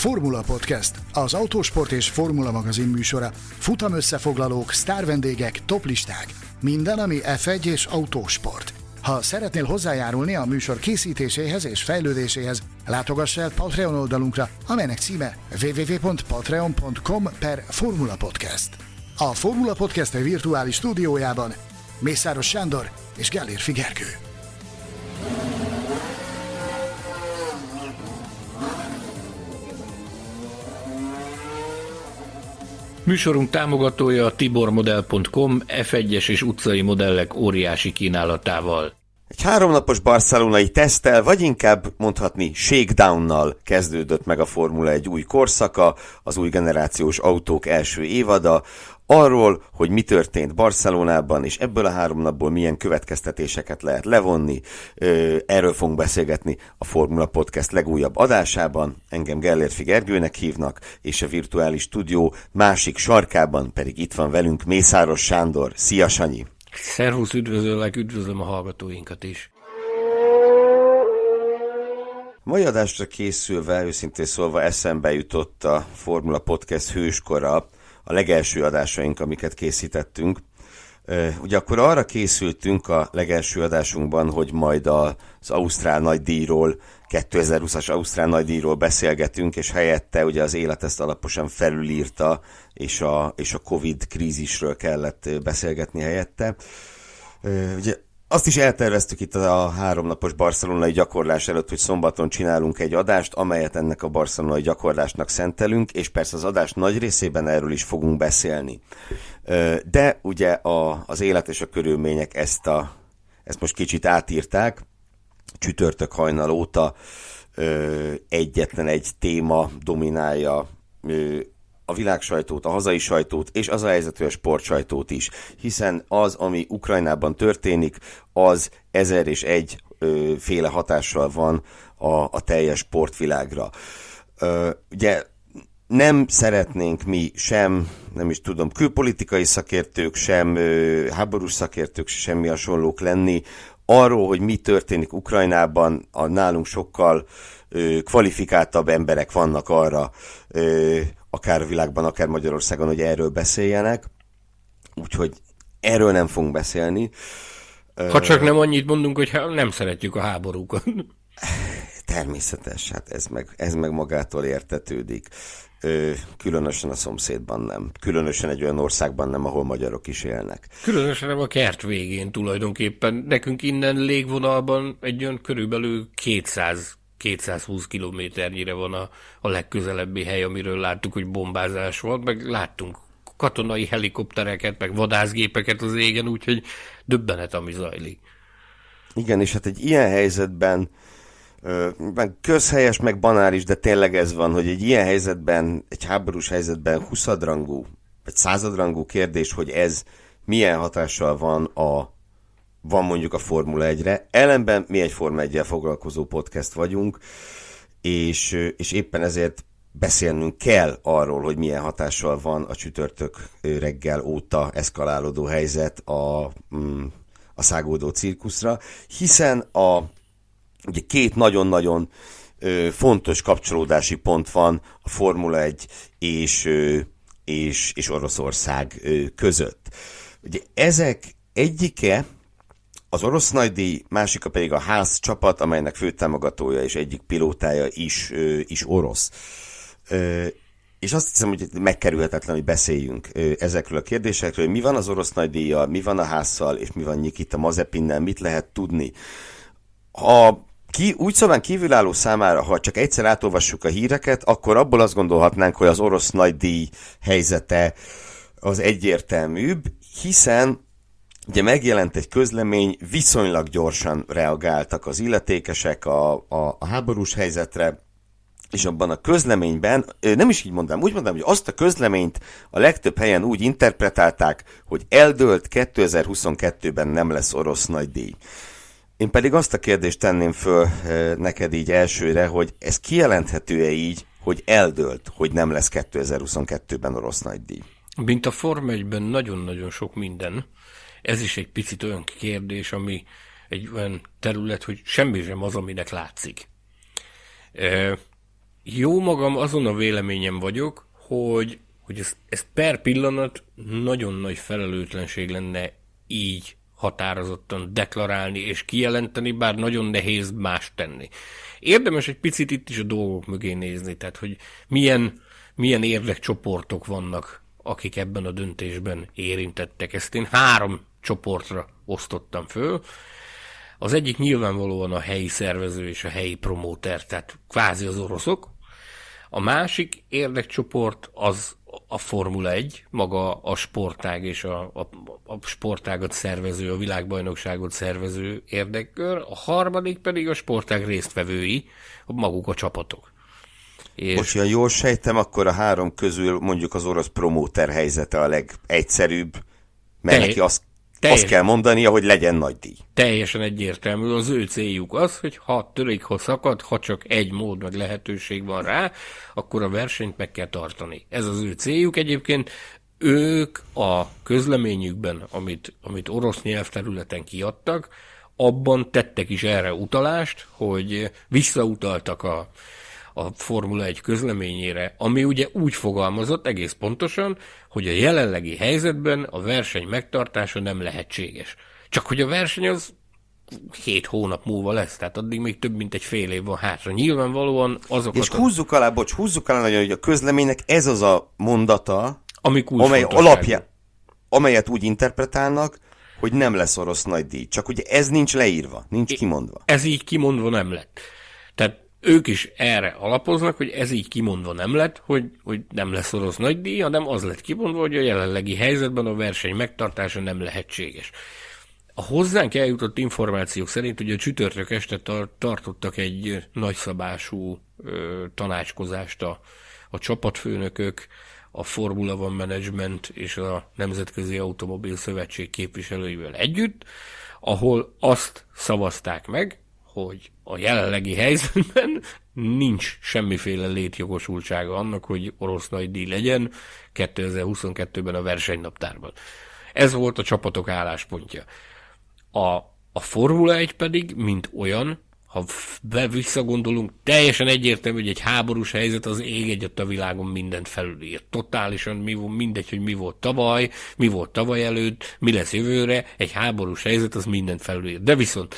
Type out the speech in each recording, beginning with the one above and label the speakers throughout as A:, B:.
A: Formula Podcast, az autósport és formula magazin műsora. Futam összefoglalók, sztárvendégek, toplisták. Minden, ami F1 és autósport. Ha szeretnél hozzájárulni a műsor készítéséhez és fejlődéséhez, látogass el Patreon oldalunkra, amelynek címe www.patreon.com/Formula Podcast. A Formula Podcast virtuális stúdiójában Mészáros Sándor és Gellérfi Gergő.
B: Műsorunk támogatója a tibormodel.com F1-es és utcai modellek óriási kínálatával.
C: Egy 3 napos barcelonai teszttel, vagy inkább mondhatni shakedownnal kezdődött meg a Formula 1 új korszaka, az új generációs autók első évada. Arról, hogy mi történt Barcelonában, és ebből a 3 napból milyen következtetéseket lehet levonni, erről fogunk beszélgetni a Formula Podcast legújabb adásában. Engem Gellérfi Gergőnek hívnak, és a virtuális stúdió másik sarkában pedig itt van velünk Mészáros Sándor. Szia, Sanyi!
B: Szervusz, üdvözöllek, üdvözlöm a hallgatóinkat is.
C: Mai adásra készülve, őszintén szólva eszembe jutott a Formula Podcast hőskora, a legelső adásaink, amiket készítettünk. Ugye akkor arra készültünk a legelső adásunkban, hogy majd az Ausztrál nagydíjról, 2020-as Ausztrál nagydíjról beszélgetünk, és helyette ugye az élet ezt alaposan felülírta, és a Covid krízisről kellett beszélgetni helyette. Ugye azt is elterveztük itt a 3 napos barcelonai gyakorlás előtt, hogy szombaton csinálunk egy adást, amelyet ennek a barcelonai gyakorlásnak szentelünk, és persze az adás nagy részében erről is fogunk beszélni. De ugye az élet és a körülmények ezt most kicsit átírták, csütörtök hajnal óta egyetlen egy téma dominálja a világsajtót, a hazai sajtót, és az a helyzet, hogy a sportsajtót is. Hiszen az, ami Ukrajnában történik, az 1001 féle hatással van a teljes sportvilágra. Ugye nem szeretnénk mi sem, nem is tudom, külpolitikai szakértők, sem háborús szakértők, semmi hasonlók lenni. Arról, hogy mi történik Ukrajnában, nálunk sokkal kvalifikáltabb emberek vannak arra, akár a világban, akár Magyarországon, hogy erről beszéljenek. Úgyhogy erről nem fogunk beszélni.
B: Ha csak nem annyit mondunk, hogy nem szeretjük a háborúkat.
C: Természetes, hát ez meg magától értetődik. Különösen a szomszédban nem. Különösen egy olyan országban nem, ahol magyarok is élnek.
B: Különösen a kert végén tulajdonképpen. Nekünk innen légvonalban egy olyan körülbelül 220 kilométernyire van a legközelebbi hely, amiről láttuk, hogy bombázás volt, meg láttunk katonai helikoptereket, meg vadászgépeket az égen, úgyhogy döbbenet, ami zajlik.
C: Igen, és hát egy ilyen helyzetben közhelyes, meg banális, de tényleg ez van, hogy egy ilyen helyzetben, egy háborús helyzetben 20-rangú, vagy 100-rangú kérdés, hogy ez milyen hatással van mondjuk a Formula 1-re. Ellenben mi egy Formula 1-jel foglalkozó podcast vagyunk, és éppen ezért beszélnünk kell arról, hogy milyen hatással van a csütörtök reggel óta eszkalálódó helyzet a szágódó cirkuszra, hiszen ugye 2 nagyon-nagyon fontos kapcsolódási pont van a Formula 1 és Oroszország között. Ugye ezek egyike az orosz nagydíj, másika pedig a Haas csapat, amelynek főtámogatója és egyik pilótája is orosz. És azt hiszem, hogy megkerülhetetlen, hogy beszéljünk ezekről a kérdésekről, hogy mi van az orosz nagydíjjal, mi van a Haasszal, és mi van Nikita Mazepinnel, mit lehet tudni. Úgy szóval kívülálló számára, ha csak egyszer átolvassuk a híreket, akkor abból azt gondolhatnánk, hogy az orosz nagydíj helyzete az egyértelműbb, hiszen ugye megjelent egy közlemény, viszonylag gyorsan reagáltak az illetékesek a háborús helyzetre, és abban a közleményben, nem is így mondanám, úgy mondanám, hogy azt a közleményt a legtöbb helyen úgy interpretálták, hogy eldőlt 2022-ben nem lesz orosz nagydíj. Én pedig azt a kérdést tenném föl neked így elsőre, hogy ez kijelenthető-e így, hogy eldőlt, hogy nem lesz 2022-ben orosz nagydíj?
B: Mint a Forma 1-ben nagyon-nagyon sok minden. Ez is egy picit olyan kérdés, ami egy olyan terület, hogy semmi sem az, aminek látszik. Jó magam azon a véleményem vagyok, hogy ez per pillanat nagyon nagy felelőtlenség lenne így határozottan deklarálni és kijelenteni, bár nagyon nehéz más tenni. Érdemes egy picit itt is a dolgok mögé nézni, tehát hogy milyen érdekcsoportok vannak, akik ebben a döntésben érintettek. Ezt én 3 csoportra osztottam föl. Az egyik nyilvánvalóan a helyi szervező és a helyi promóter, tehát kvázi az oroszok. A másik érdekcsoport az a Formula 1, maga a sportág és a sportágat szervező, a világbajnokságot szervező érdekkör, a harmadik pedig a sportág résztvevői, maguk a csapatok.
C: Most, ha jól sejtem, akkor a 3 közül mondjuk az orosz promóter helyzete a legegyszerűbb, mert neki azt kell mondania, hogy legyen nagy díj.
B: Teljesen egyértelmű, az ő céljuk az, hogy ha törik, ha szakad, ha csak egy mód meg lehetőség van rá, akkor a versenyt meg kell tartani. Ez az ő céljuk. Egyébként ők a közleményükben, amit orosz nyelvterületen kiadtak, abban tettek is erre utalást, hogy visszautaltak a Formula 1 közleményére, ami ugye úgy fogalmazott egész pontosan, hogy a jelenlegi helyzetben a verseny megtartása nem lehetséges. Csak hogy a verseny az 7 hónap múlva lesz, tehát addig még több mint egy fél év van hátra. Nyilvánvalóan azokat...
C: És húzzuk alá nagyon, hogy a közleménynek ez az a mondata, amelyet úgy interpretálnak, hogy nem lesz orosz nagy díj. Csak ugye ez nincs leírva, nincs kimondva.
B: Ez így kimondva nem lett. Tehát ők is erre alapoznak, hogy ez így kimondva nem lett, hogy nem lesz orosz nagydíj, hanem az lett kimondva, hogy a jelenlegi helyzetben a verseny megtartása nem lehetséges. A hozzánk eljutott információk szerint, hogy a csütörtök este tartottak egy nagyszabású tanácskozást a csapatfőnökök, a Formula One Management és a Nemzetközi Automobil Szövetség képviselőivel együtt, ahol azt szavazták meg, hogy a jelenlegi helyzetben nincs semmiféle létjogosultsága annak, hogy orosz nagydíj legyen 2022-ben a versenynaptárban. Ez volt a csapatok álláspontja. A Formula 1 pedig, mint olyan, ha visszagondolunk, teljesen egyértelmű, hogy egy háborús helyzet az ég egyet a világon mindent felülír. Totálisan mindegy, hogy mi volt tavaly előtt, mi lesz jövőre, egy háborús helyzet az mindent felülír. De viszont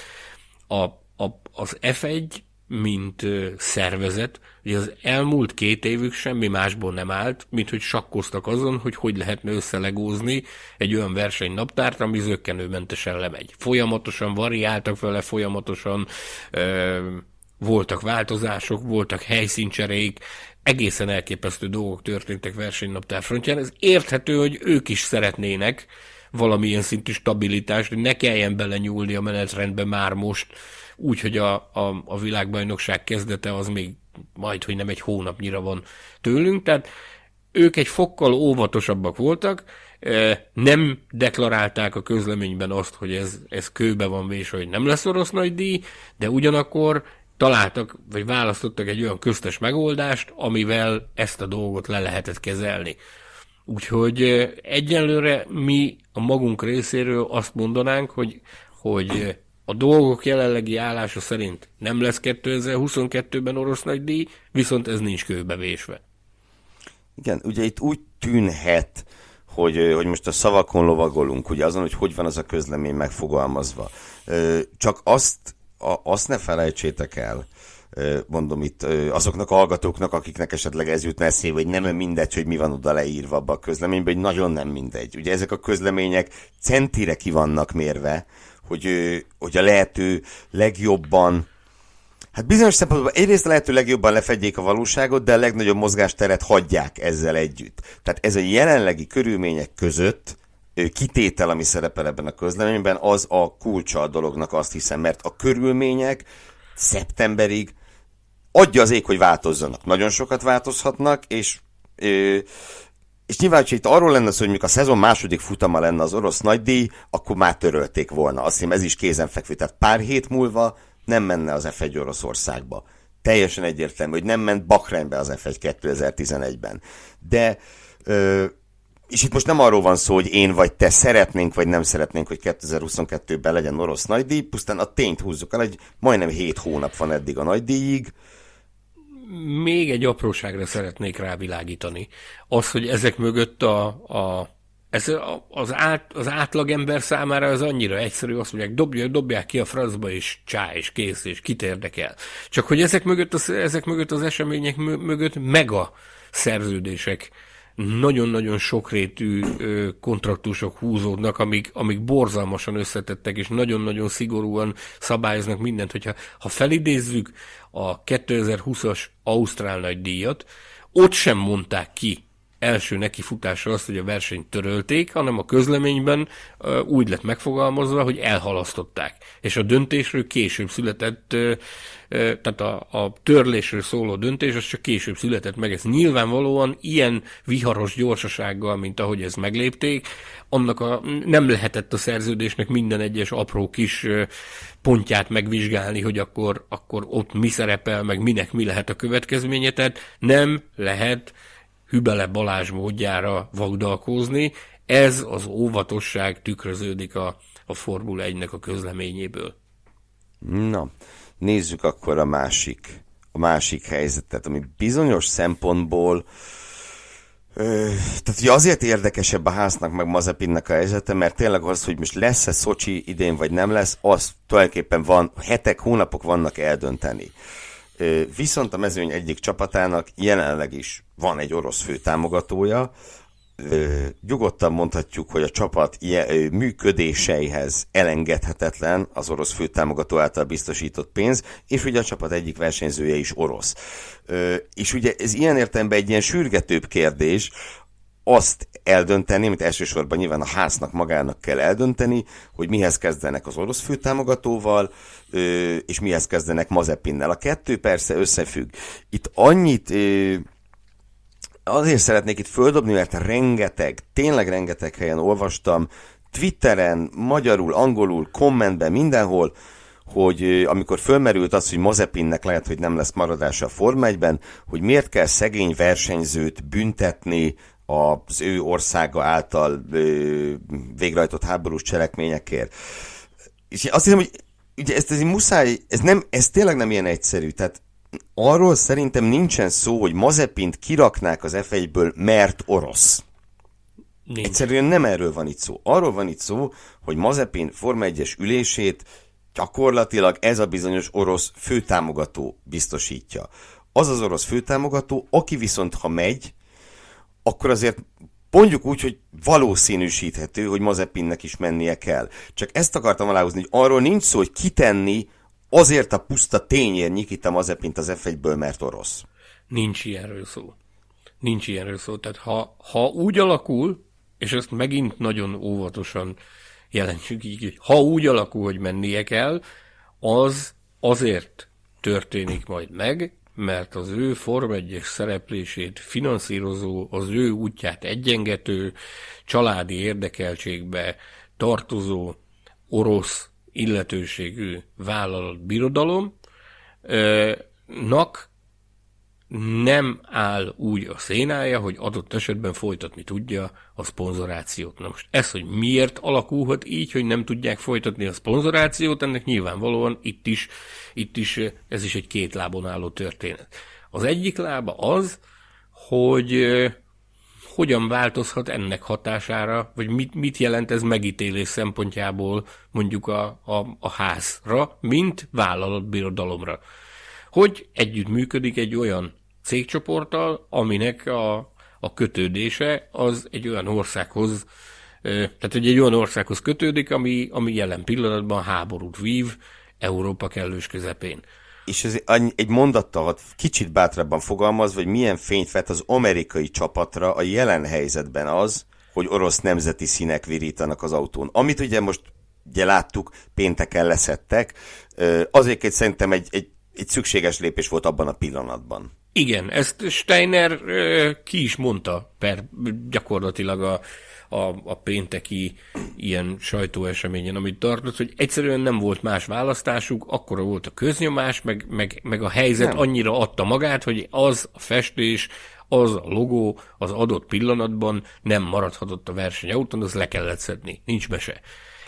B: az F1, mint szervezet, ugye az elmúlt 2 évük semmi másból nem állt, mint hogy sakkoztak azon, hogy lehetne összelegózni egy olyan versenynaptárt, ami zökkenőmentesen lemegy. Folyamatosan variáltak vele, folyamatosan voltak változások, voltak helyszíncserék, egészen elképesztő dolgok történtek versenynaptár frontján. Ez érthető, hogy ők is szeretnének valamilyen szintű stabilitást, hogy ne kelljen belenyúlni a menetrendbe már most, úgy, hogy a világbajnokság kezdete az még majd, hogy nem egy hónapnyira van tőlünk, tehát ők egy fokkal óvatosabbak voltak, nem deklarálták a közleményben azt, hogy ez kőbe van vésve, hogy nem lesz orosz nagydíj, de ugyanakkor találtak, vagy választottak egy olyan köztes megoldást, amivel ezt a dolgot le lehetett kezelni. Úgyhogy egyelőre mi a magunk részéről azt mondanánk, hogy a dolgok jelenlegi állása szerint nem lesz 2022-ben orosz nagydíj, viszont ez nincs kőbevésve.
C: Igen, ugye itt úgy tűnhet, hogy most a szavakon lovagolunk, ugye azon, hogy van az a közlemény megfogalmazva. Csak azt ne felejtsétek el, mondom itt azoknak a hallgatóknak, akiknek esetleg ez jutna eszébe, hogy nem mindegy, hogy mi van oda leírva abba a közleményben, hogy nagyon nem mindegy. Ugye ezek a közlemények centire ki vannak mérve, hogy a lehető legjobban, hát bizonyos szempontból egyrészt a lehető legjobban lefedjék a valóságot, de a legnagyobb mozgásteret hagyják ezzel együtt. Tehát ez a jelenlegi körülmények között kitétel, ami szerepel ebben a közleményben, az a kulcsa a dolognak, azt hiszem, mert a körülmények szeptemberig adja az ég, hogy változzanak. Nagyon sokat változhatnak, és nyilván, hogyha itt arról lenne szó, hogy mikor a szezon második futama lenne az orosz nagydíj, akkor már törölték volna. Azt hiszem, ez is kézenfekvő. Tehát pár hét múlva nem menne az F1 Oroszországba. Teljesen egyértelmű, hogy nem ment Bahreinbe az F1 2011-ben. De, és itt most nem arról van szó, hogy én vagy te szeretnénk, vagy nem szeretnénk, hogy 2022-ben legyen orosz nagydíj, pusztán a tényt húzzuk el, hogy majdnem 7 hónap van eddig a nagydíjig.
B: még egy apróságra szeretnék rávilágítani. Az, hogy ezek mögött az átlagember számára az annyira egyszerű, azt mondják, dobják ki a francba, és és kész, és kit érdekel. Csak hogy ezek mögött az események mögött mega szerződések, nagyon-nagyon sokrétű kontraktusok húzódnak, amik borzalmasan összetettek, és nagyon-nagyon szigorúan szabályoznak mindent. Hogyha felidézzük a 2020-as Ausztrál nagydíjat, ott sem mondták ki első nekifutásra azt, hogy a versenyt törölték, hanem a közleményben úgy lett megfogalmazva, hogy elhalasztották. És a döntésről később született, tehát a törlésről szóló döntés, az csak később született meg. Ez nyilvánvalóan ilyen viharos gyorsasággal, mint ahogy ezt meglépték, nem lehetett a szerződésnek minden egyes apró kis pontját megvizsgálni, hogy akkor ott mi szerepel, meg minek mi lehet a következménye. Tehát nem lehet Hübele Balázs módjára vagdalkozni. Ez az óvatosság tükröződik a Formula 1-nek a közleményéből.
C: Na, nézzük akkor a másik helyzetet, ami bizonyos szempontból tehát ugye azért érdekesebb a Haasnak meg Mazepinnek a helyzete, mert tényleg az, hogy most lesz-e Szocsi idén vagy nem lesz, az tulajdonképpen van, hónapok vannak eldönteni. Viszont a mezőny egyik csapatának jelenleg is van egy orosz főtámogatója. Nyugodtan mondhatjuk, hogy a csapat működéseihez elengedhetetlen az orosz főtámogató által biztosított pénz, és ugye a csapat egyik versenyzője is orosz. És ugye ez ilyen értelemben egy ilyen sürgetőbb kérdés, azt eldönteni, amit elsősorban nyilván a Haasnak magának kell eldönteni, hogy mihez kezdenek az orosz főtámogatóval, és mihez kezdenek Mazepinnel. A kettő persze összefügg. Itt annyit azért szeretnék itt földobni, mert tényleg rengeteg helyen olvastam, Twitteren, magyarul, angolul, kommentben, mindenhol, hogy amikor fölmerült az, hogy Mazepinnek lehet, hogy nem lesz maradása a Forma 1-ben, hogy miért kell szegény versenyzőt büntetni az ő országa által végrehajtott háborús cselekményekért. És azt hiszem, hogy ugye ez muszáj, ez tényleg nem ilyen egyszerű. Tehát arról szerintem nincsen szó, hogy Mazepint kiraknák az F1-ből, mert orosz. Nincs. Egyszerűen nem erről van itt szó. Arról van itt szó, hogy Mazepin Forma 1-es ülését gyakorlatilag ez a bizonyos orosz főtámogató biztosítja. Az az orosz főtámogató, aki viszont ha megy, akkor azért mondjuk úgy, hogy valószínűsíthető, hogy Mazepinnek is mennie kell. Csak ezt akartam aláhúzni, hogy arról nincs szó, hogy kitenni azért a puszta tényért Nikita Mazepint az F1-ből, mert orosz.
B: Nincs ilyenről szó. Tehát ha úgy alakul, és ezt megint nagyon óvatosan jelentsük így, hogy ha úgy alakul, hogy mennie kell, az azért történik majd meg, mert az ő Forma 1-es szereplését finanszírozó, az ő útját egyengető, családi érdekeltségbe tartozó orosz illetőségű vállalatbirodalomnak nem áll úgy a szénája, hogy adott esetben folytatni tudja a szponzorációt. Na most ez, hogy miért alakulhat így, hogy nem tudják folytatni a szponzorációt, ennek nyilvánvalóan itt is ez is egy két lábon álló történet. Az egyik lába az, hogy hogyan változhat ennek hatására, vagy mit jelent ez megítélés szempontjából mondjuk a Haasra, mint vállalatbirodalomra. Hogy együtt működik egy olyan cégcsoporttal, aminek a kötődése az egy olyan országhoz, tehát hogy egy olyan országhoz kötődik, ami jelen pillanatban háborút vív Európa kellős közepén.
C: És ez egy mondattal kicsit bátrabban fogalmazva, hogy milyen fényt vet az amerikai csapatra a jelen helyzetben az, hogy orosz nemzeti színek virítanak az autón. Amit ugye láttuk, pénteken leszettek, azért szerintem egy szükséges lépés volt abban a pillanatban.
B: Igen, ezt Steiner ki is mondta, gyakorlatilag a pénteki ilyen sajtóeseményen, amit tartott, hogy egyszerűen nem volt más választásuk, akkora volt a köznyomás, meg a helyzet nem. Annyira adta magát, hogy az a festés, az a logó az adott pillanatban nem maradhatott a versenyautón, az le kellett szedni. Nincs mese.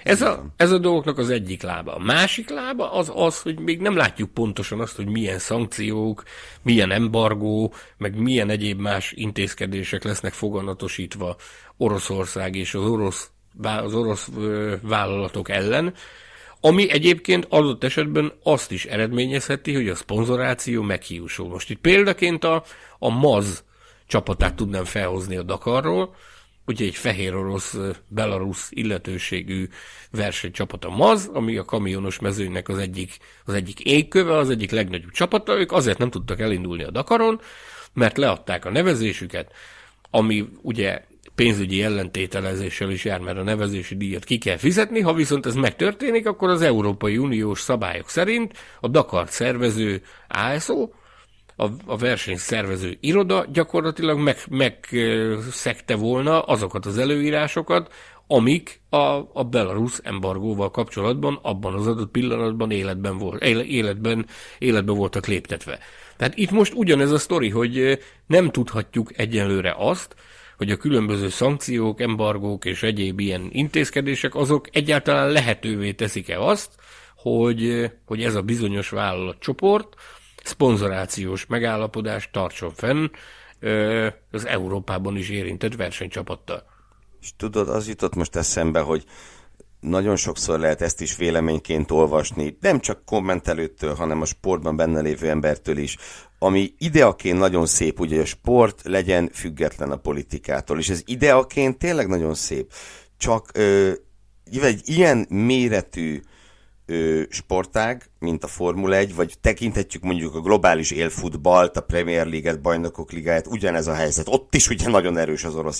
B: Ez a dolgoknak az egyik lába. A másik lába az, hogy még nem látjuk pontosan azt, hogy milyen szankciók, milyen embargó, meg milyen egyéb más intézkedések lesznek foganatosítva Oroszország és az orosz vállalatok ellen, ami egyébként adott esetben azt is eredményezheti, hogy a szponzoráció meghiúsul. Most itt példaként a MAZ csapatát tudnám felhozni a Dakarról, ugye egy fehér orosz, belarusz illetőségű versenycsapat a MAZ, ami a kamionos mezőnynek az egyik égköve, az egyik legnagyobb csapata. Ők azért nem tudtak elindulni a Dakaron, mert leadták a nevezésüket, ami ugye pénzügyi ellentételezéssel is jár, mert a nevezési díjat ki kell fizetni, ha viszont ez megtörténik, akkor az Európai Uniós szabályok szerint a Dakart szervező ASO, a verseny szervező iroda gyakorlatilag megszegte volna azokat az előírásokat, amik a belarusz embargóval kapcsolatban abban az adott pillanatban életben voltak léptetve. Tehát itt most ugyanez a sztori, hogy nem tudhatjuk egyenlőre azt, hogy a különböző szankciók, embargók és egyéb ilyen intézkedések azok egyáltalán lehetővé teszik-e azt, hogy ez a bizonyos vállalatcsoport szponzorációs megállapodást tartson fenn az Európában is érintett versenycsapattal.
C: És tudod, az jutott most eszembe, hogy nagyon sokszor lehet ezt is véleményként olvasni, nem csak kommentelőtől, hanem a sportban benne lévő embertől is, ami ideaként nagyon szép, ugye a sport legyen független a politikától, és ez ideaként tényleg nagyon szép. Csak egy ilyen méretű sportág, mint a Formula 1, vagy tekinthetjük mondjuk a globális élfutballt, a Premier League-et, Bajnokok Ligáját, ugyanez a helyzet. Ott is ugye nagyon erős az orosz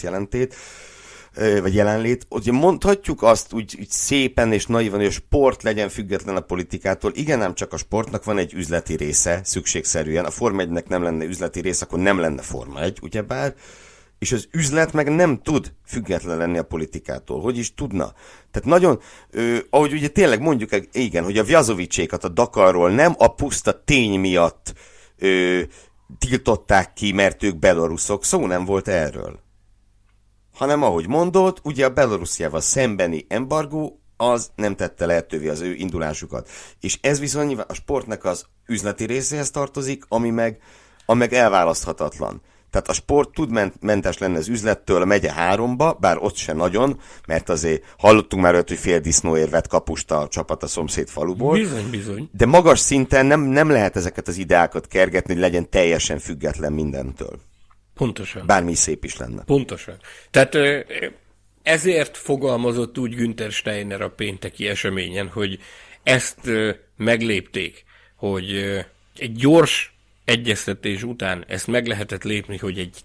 C: jelenlét. Ugye mondhatjuk azt úgy szépen és naivan, hogy a sport legyen független a politikától. Igen, nem csak a sportnak van egy üzleti része, szükségszerűen. A Forma 1-nek nem lenne üzleti része, akkor nem lenne Forma 1, ugyebár. És az üzlet meg nem tud független lenni a politikától. Hogy is tudna? Tehát nagyon, ahogy ugye tényleg mondjuk, igen, hogy a Vjazovicsékat a Dakarról nem a puszta tény miatt tiltották ki, mert ők beloruszok, szó nem volt erről. Hanem ahogy mondott, ugye a Belorussziával szembeni embargó az nem tette lehetővé az ő indulásukat. És ez viszont a sportnak az üzleti részéhez tartozik, ami meg elválaszthatatlan. Tehát a sport tud mentes lenni az üzlettől a megye 3-ba, bár ott se nagyon, mert azért hallottunk már olyat, hogy fél disznóért vett kapust a csapat a szomszéd faluból.
B: Bizony.
C: De magas szinten nem lehet ezeket az ideákat kergetni, hogy legyen teljesen független mindentől.
B: Pontosan.
C: Bármi szép is lenne.
B: Pontosan. Tehát ezért fogalmazott úgy Günther Steiner a pénteki eseményen, hogy ezt meglépték, hogy egy gyors egyeztetés után ezt meg lehetett lépni, hogy egy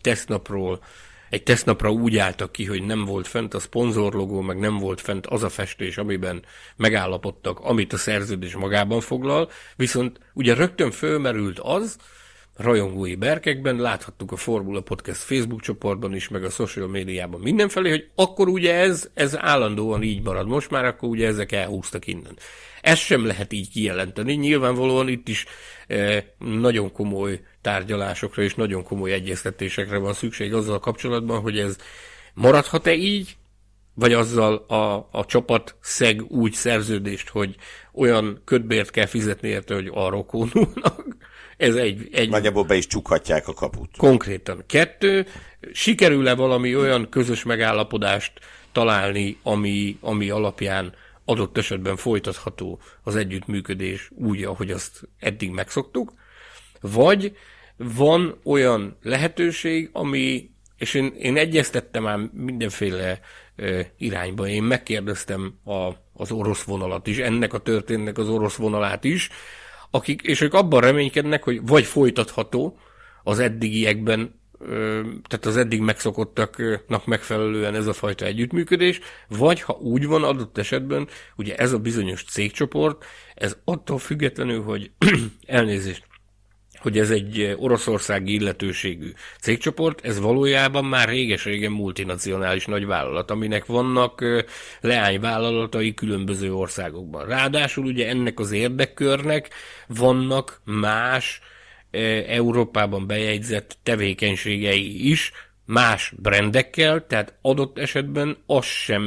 B: tesztnapra úgy álltak ki, hogy nem volt fent a szponzorlogó, meg nem volt fent az a festés, amiben megállapodtak, amit a szerződés magában foglal, viszont ugye rögtön fölmerült az, rajongói berkekben, láthattuk a Formula Podcast Facebook csoportban is, meg a social médiában mindenfelé, hogy akkor ugye ez állandóan így marad most már, akkor ugye ezek elhúztak innen. Ezt sem lehet így kijelenteni, nyilvánvalóan itt is nagyon komoly tárgyalásokra és nagyon komoly egyeztetésekre van szükség azzal kapcsolatban, hogy ez maradhat-e így, vagy azzal a csapat szeg úgy szerződést, hogy olyan kötbért kell fizetni érte, hogy arra kónulnak. Ez egy
C: nagyjából be is csukhatják a kaput.
B: Konkrétan. 2, sikerül-e valami olyan közös megállapodást találni, ami alapján adott esetben folytatható az együttműködés úgy, ahogy azt eddig megszoktuk, vagy van olyan lehetőség, ami, és én egyeztettem már mindenféle irányba, én megkérdeztem az orosz vonalat is, ennek a történetnek az orosz vonalát is, és ők abban reménykednek, hogy vagy folytatható az eddigiekben, tehát az eddig megszokottaknak megfelelően ez a fajta együttműködés, vagy ha úgy van adott esetben, ugye ez a bizonyos cégcsoport, ez attól függetlenül, hogy elnézést, hogy ez egy oroszországi illetőségű cégcsoport, ez valójában már réges-régen multinacionális nagyvállalat, aminek vannak leányvállalatai különböző országokban. Ráadásul ugye ennek az érdekkörnek vannak más Európában bejegyzett tevékenységei is, más brandekkel, tehát adott esetben az sem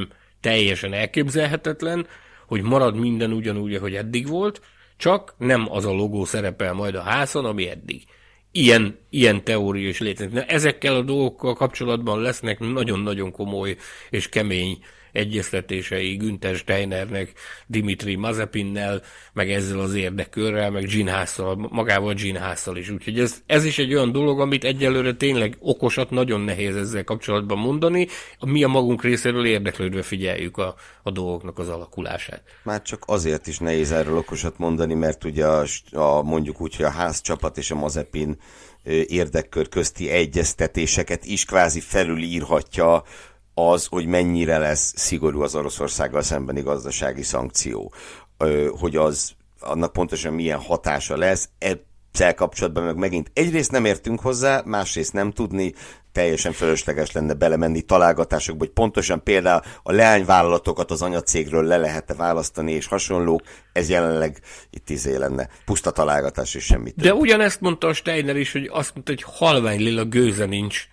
B: teljesen elképzelhetetlen, hogy marad minden ugyanúgy, ahogy eddig volt, csak nem az a logó szerepel majd a házon, ami eddig. Ilyen teória is létezik. Ezekkel a dolgokkal kapcsolatban lesznek nagyon-nagyon komoly és kemény egyeztetései Günther Steinernek, Dimitri Mazepinnel, meg ezzel az érdekkörrel, meg Gene Haas-szal, magával Gene Haas-szal is. Úgyhogy ez is egy olyan dolog, amit egyelőre tényleg okosat nagyon nehéz ezzel kapcsolatban mondani. Mi a magunk részéről érdeklődve figyeljük a dolgoknak az alakulását.
C: Már csak azért is nehéz erről okosat mondani, mert ugye mondjuk úgy, hogy a Haas csapat és a Mazepin érdekkör közti egyeztetéseket is kvázi felülírhatja az, hogy mennyire lesz szigorú az Oroszországgal szembeni gazdasági szankció, hogy annak pontosan milyen hatása lesz, ezzel kapcsolatban meg megint egyrészt nem értünk hozzá, másrészt nem tudni, teljesen fölösleges lenne belemenni találgatásokba, hogy pontosan például a leányvállalatokat az anyacégről le lehet-e választani, és hasonlók, ez jelenleg itt lenne. Puszta találgatás és semmi több.
B: De ugyanezt mondta a Steiner is, hogy azt mondta, hogy halvány lila gőze nincs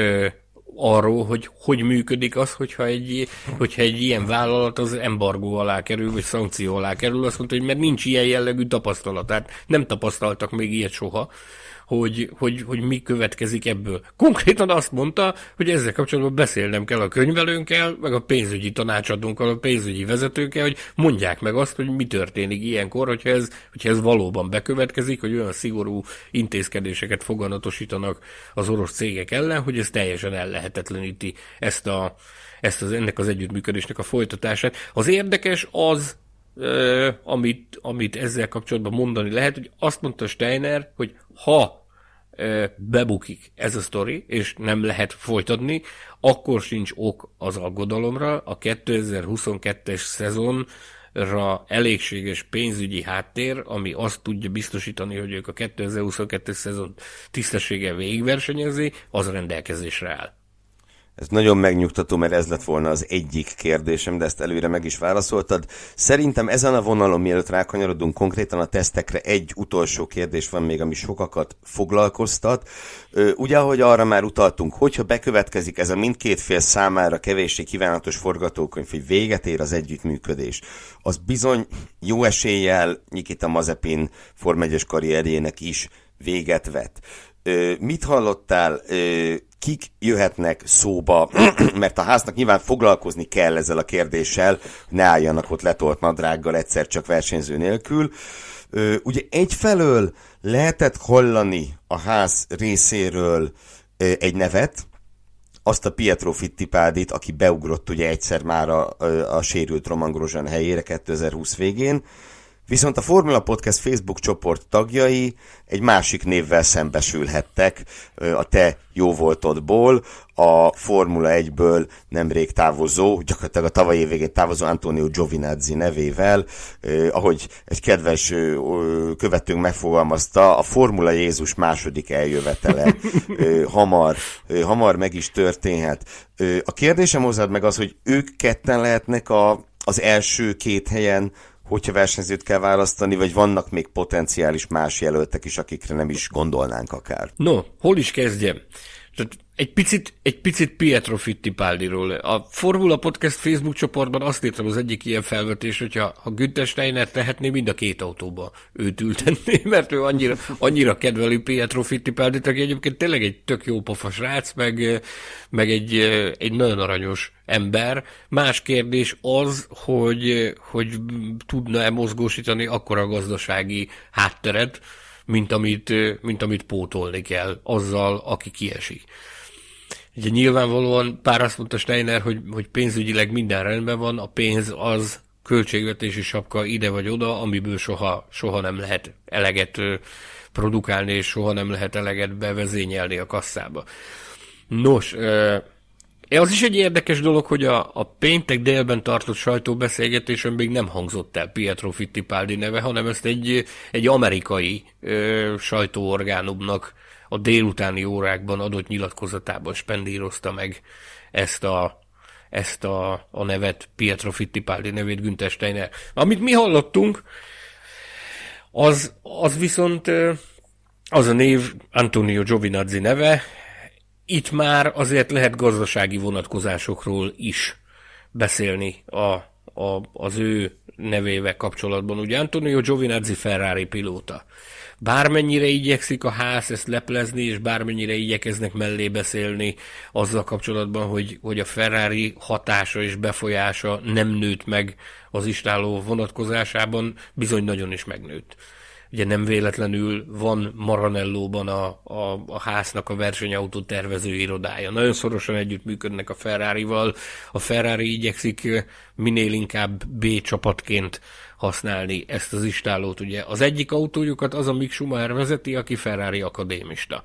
B: arról, hogy működik az, hogyha egy ilyen vállalat az embargó alá kerül, vagy szankció alá kerül, azt mondta, hogy mert nincs ilyen jellegű tapasztalat, tehát nem tapasztaltak még ilyet soha, hogy mi következik ebből. Konkrétan azt mondta, hogy ezzel kapcsolatban beszélnem kell a könyvelőnkkel, meg a pénzügyi tanácsadónkkal, a pénzügyi vezetőkkel, hogy mondják meg azt, hogy mi történik ilyenkor, hogyha ez valóban bekövetkezik, hogy olyan szigorú intézkedéseket foganatosítanak az orosz cégek ellen, hogy ez teljesen ellehetetleníti ennek az együttműködésnek a folytatását. Az érdekes az, amit ezzel kapcsolatban mondani lehet, hogy azt mondta Steiner, hogy ha bebukik ez a sztori, és nem lehet folytatni, akkor sincs ok az aggodalomra. A 2022-es szezonra elégséges pénzügyi háttér, ami azt tudja biztosítani, hogy ők a 2022-es szezon tisztességgel végigversenyezni, az rendelkezésre áll.
C: Ez nagyon megnyugtató, mert ez lett volna az egyik kérdésem, de ezt előre meg is válaszoltad. Szerintem ezen a vonalon, mielőtt rákanyarodunk konkrétan a tesztekre, egy utolsó kérdés van még, ami sokakat foglalkoztat. Ugye, ahogy arra már utaltunk, hogyha bekövetkezik ez a mindkét fél számára kevéssé kívánatos forgatókönyv, hogy véget ér az együttműködés, az bizony jó eséllyel Nikita Mazepin Forma 1-es karrierjének is véget vet. Mit hallottál, kik jöhetnek szóba, mert a háznak nyilván foglalkozni kell ezzel a kérdéssel, ne álljanak ott letolt nadrággal egyszer csak versenyző nélkül. Ugye egyfelől lehetett hallani a ház részéről egy nevet, azt a Pietro Fittipaldit, aki beugrott ugye egyszer már a sérült Romain Grosjean helyére 2020 végén, viszont a Formula Podcast Facebook csoport tagjai egy másik névvel szembesülhettek a te jóvoltodból, a Formula 1-ből nemrég távozó, gyakorlatilag a tavalyi év végén távozó Antonio Giovinazzi nevével, ahogy egy kedves követőnk megfogalmazta, a Formula Jézus második eljövetele hamar meg is történhet. A kérdésem hozzád meg az, hogy ők ketten lehetnek az első két helyen, hogyha versenyzőt kell választani, vagy vannak még potenciális más jelöltek is, akikre nem is gondolnánk akár?
B: No, hol is kezdjem? Tehát egy picit Pietro Fittipaldiról. A Formula Podcast Facebook csoportban azt írtam az egyik ilyen felvetés, hogyha Günther Steiner tehetné, mind a két autóba őt ültetné, mert ő annyira kedveli Pietro Fittipaldit, aki egyébként tényleg egy tök jó pofa srác, meg egy nagyon aranyos ember. Más kérdés az, hogy tudna-e mozgósítani akkora gazdasági hátteret, mint amit pótolni kell azzal, aki kiesik. Ugye nyilvánvalóan pár azt mondta Steiner, hogy pénzügyileg minden rendben van, a pénz az költségvetési sapka ide vagy oda, amiből soha nem lehet eleget produkálni, és soha nem lehet eleget bevezényelni a kasszába. Nos, az is egy érdekes dolog, hogy a péntek délben tartott sajtóbeszélgetésen még nem hangzott el Pietro Fittipaldi neve, hanem ezt egy amerikai sajtóorgánumnak a délutáni órákban adott nyilatkozatában spendírozta meg ezt a nevet, Pietro Fittipaldi nevét Günther Steiner. Amit mi hallottunk, az viszont az a név Antonio Giovinazzi neve. Itt már azért lehet gazdasági vonatkozásokról is beszélni az ő nevével kapcsolatban. Ugye Antonio Giovinazzi Ferrari pilóta. Bármennyire igyekszik a ház ezt leplezni, és bármennyire igyekeznek mellé beszélni azzal kapcsolatban, hogy a Ferrari hatása és befolyása nem nőtt meg az istáló vonatkozásában, bizony nagyon is megnőtt. Ugye nem véletlenül van Maranellóban a háznak a versenyautó tervező irodája. Nagyon szorosan együttműködnek a Ferrarival. A Ferrari igyekszik minél inkább B csapatként használni ezt az istálót. Ugye az egyik autójukat az a Mick Schumacher vezeti, aki Ferrari akadémista.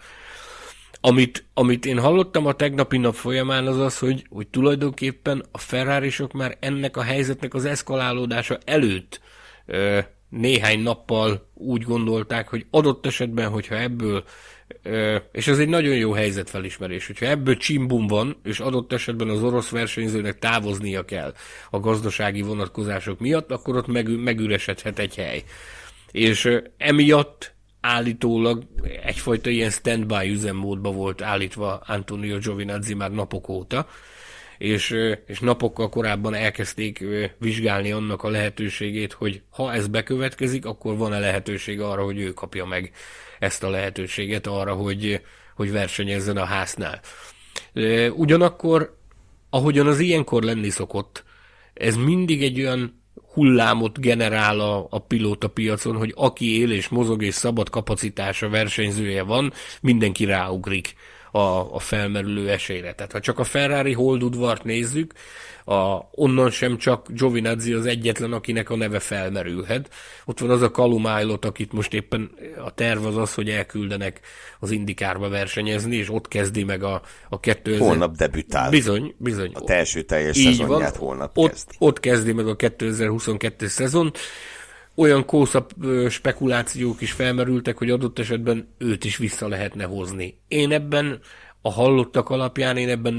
B: Amit én hallottam a tegnapi nap folyamán az az, hogy tulajdonképpen a Ferrarisok már ennek a helyzetnek az eszkalálódása előtt néhány nappal úgy gondolták, hogy adott esetben, hogyha ebből, és ez egy nagyon jó helyzetfelismerés, hogyha ebből csimbum van, és adott esetben az orosz versenyzőnek távoznia kell a gazdasági vonatkozások miatt, akkor ott megüresedhet egy hely. És emiatt állítólag egyfajta ilyen stand-by üzemmódba volt állítva Antonio Giovinazzi már napok óta, és napokkal korábban elkezdték vizsgálni annak a lehetőségét, hogy ha ez bekövetkezik, akkor van-e lehetőség arra, hogy ő kapja meg ezt a lehetőséget arra, hogy versenyezzen a háznál. Ugyanakkor, ahogyan az ilyenkor lenni szokott, ez mindig egy olyan hullámot generál a pilótapiacon, hogy aki él és mozog és szabad kapacitása versenyzője van, mindenki ráugrik a felmerülő esélyre. Tehát ha csak a Ferrari holdudvart nézzük, onnan sem csak Giovinazzi az egyetlen, akinek a neve felmerülhet. Ott van az a Callum Aylott, akit most éppen a terv az, hogy elküldenek az IndyCarba versenyezni, és ott kezdi meg a 2000...
C: Holnap debütál.
B: Bizony.
C: A első teljes szezonját holnap kezdi.
B: Ott kezdi meg a 2022 szezon. Olyan kószap spekulációk is felmerültek, hogy adott esetben őt is vissza lehetne hozni. Én ebben a hallottak alapján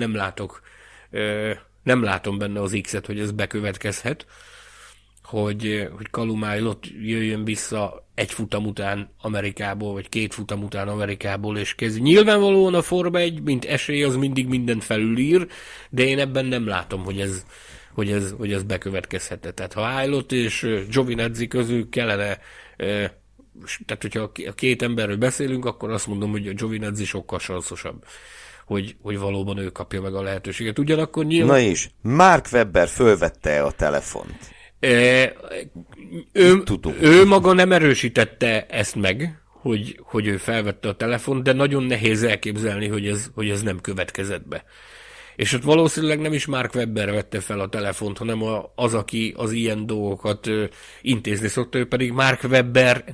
B: nem látom benne az X-et, hogy ez bekövetkezhet, hogy Callum Aylott jöjjön vissza egy futam után Amerikából, vagy 2 futam után Amerikából, és kezdi. Nyilvánvalóan a Forma 1, mint esély, az mindig mindent felülír, de én ebben nem látom, hogy ez bekövetkezhet. Tehát ha Aylott és Giovinazzi közül kellene, tehát hogyha a két emberről beszélünk, akkor azt mondom, hogy a Giovinazzi sokkal sanszosabb, hogy valóban ő kapja meg a lehetőséget. Ugyanakkor nyilván...
C: Na és, Mark Webber fölvette a telefont.
B: Ő maga nem erősítette ezt meg, hogy ő felvette a telefont, de nagyon nehéz elképzelni, hogy ez nem következett be. És ott valószínűleg nem is Mark Webber vette fel a telefont, hanem az, aki az ilyen dolgokat intézni szokta, ő pedig Mark Webber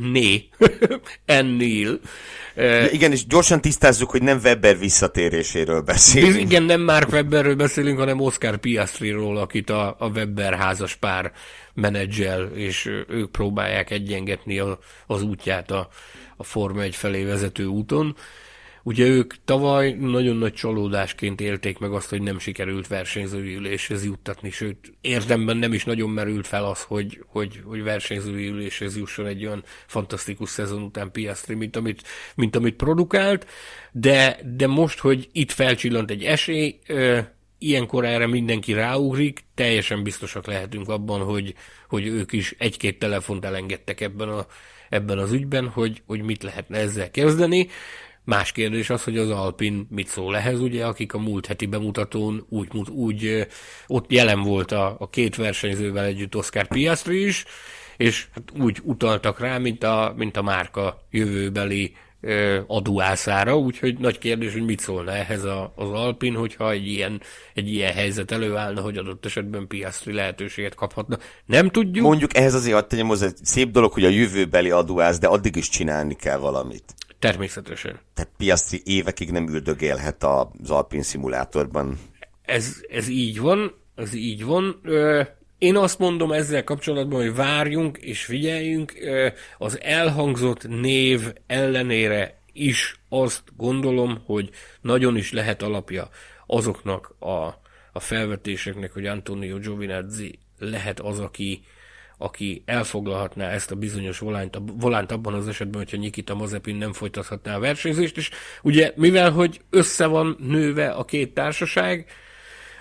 B: Neil.
C: Igen, és gyorsan tisztázzuk, hogy nem Webber visszatéréséről beszélünk.
B: Igen, nem Mark Webberről beszélünk, hanem Oscar Piastriról, akit a Webber házas pár menedzsel, és ők próbálják egyengetni az útját a Forma 1 felé vezető úton. Ugye ők tavaly nagyon nagy csalódásként élték meg azt, hogy nem sikerült versenyzői üléshez juttatni, sőt, érdemben nem is nagyon merült fel az, hogy versenyzői üléshez jusson egy olyan fantasztikus szezon után Piastri, mint amit produkált, de most, hogy itt felcsillant egy esély, ilyenkor erre mindenki ráugrik, teljesen biztosak lehetünk abban, hogy ők is 1-2 telefont elengedtek ebben az ügyben, hogy mit lehetne ezzel kezdeni. Más kérdés az, hogy az Alpine mit szól ehhez, ugye, akik a múlt heti bemutatón úgy ott jelen volt a 2 versenyzővel együtt Oscar Piastri is, és hát úgy utaltak rá, mint a márka jövőbeli adóászára, úgyhogy nagy kérdés, hogy mit szólna ehhez az Alpine, hogyha egy ilyen helyzet előállna, hogy adott esetben Piastri lehetőséget kaphatna. Nem tudjuk.
C: Mondjuk ehhez azért hadd tegyem hozzá, szép dolog, hogy a jövőbeli adóász, de addig is csinálni kell valamit.
B: Természetesen.
C: Tehát Piastri évekig nem üldögélhet az Alpine szimulátorban.
B: Ez így van. Én azt mondom ezzel kapcsolatban, hogy várjunk és figyeljünk. Az elhangzott név ellenére is azt gondolom, hogy nagyon is lehet alapja azoknak a felvetéseknek, hogy Antonio Giovinazzi lehet az, aki elfoglalhatná ezt a bizonyos volánt abban az esetben, hogyha Nikita Mazepin nem folytathatná a versenyzést, és ugye mivel, hogy össze van nőve a 2 társaság,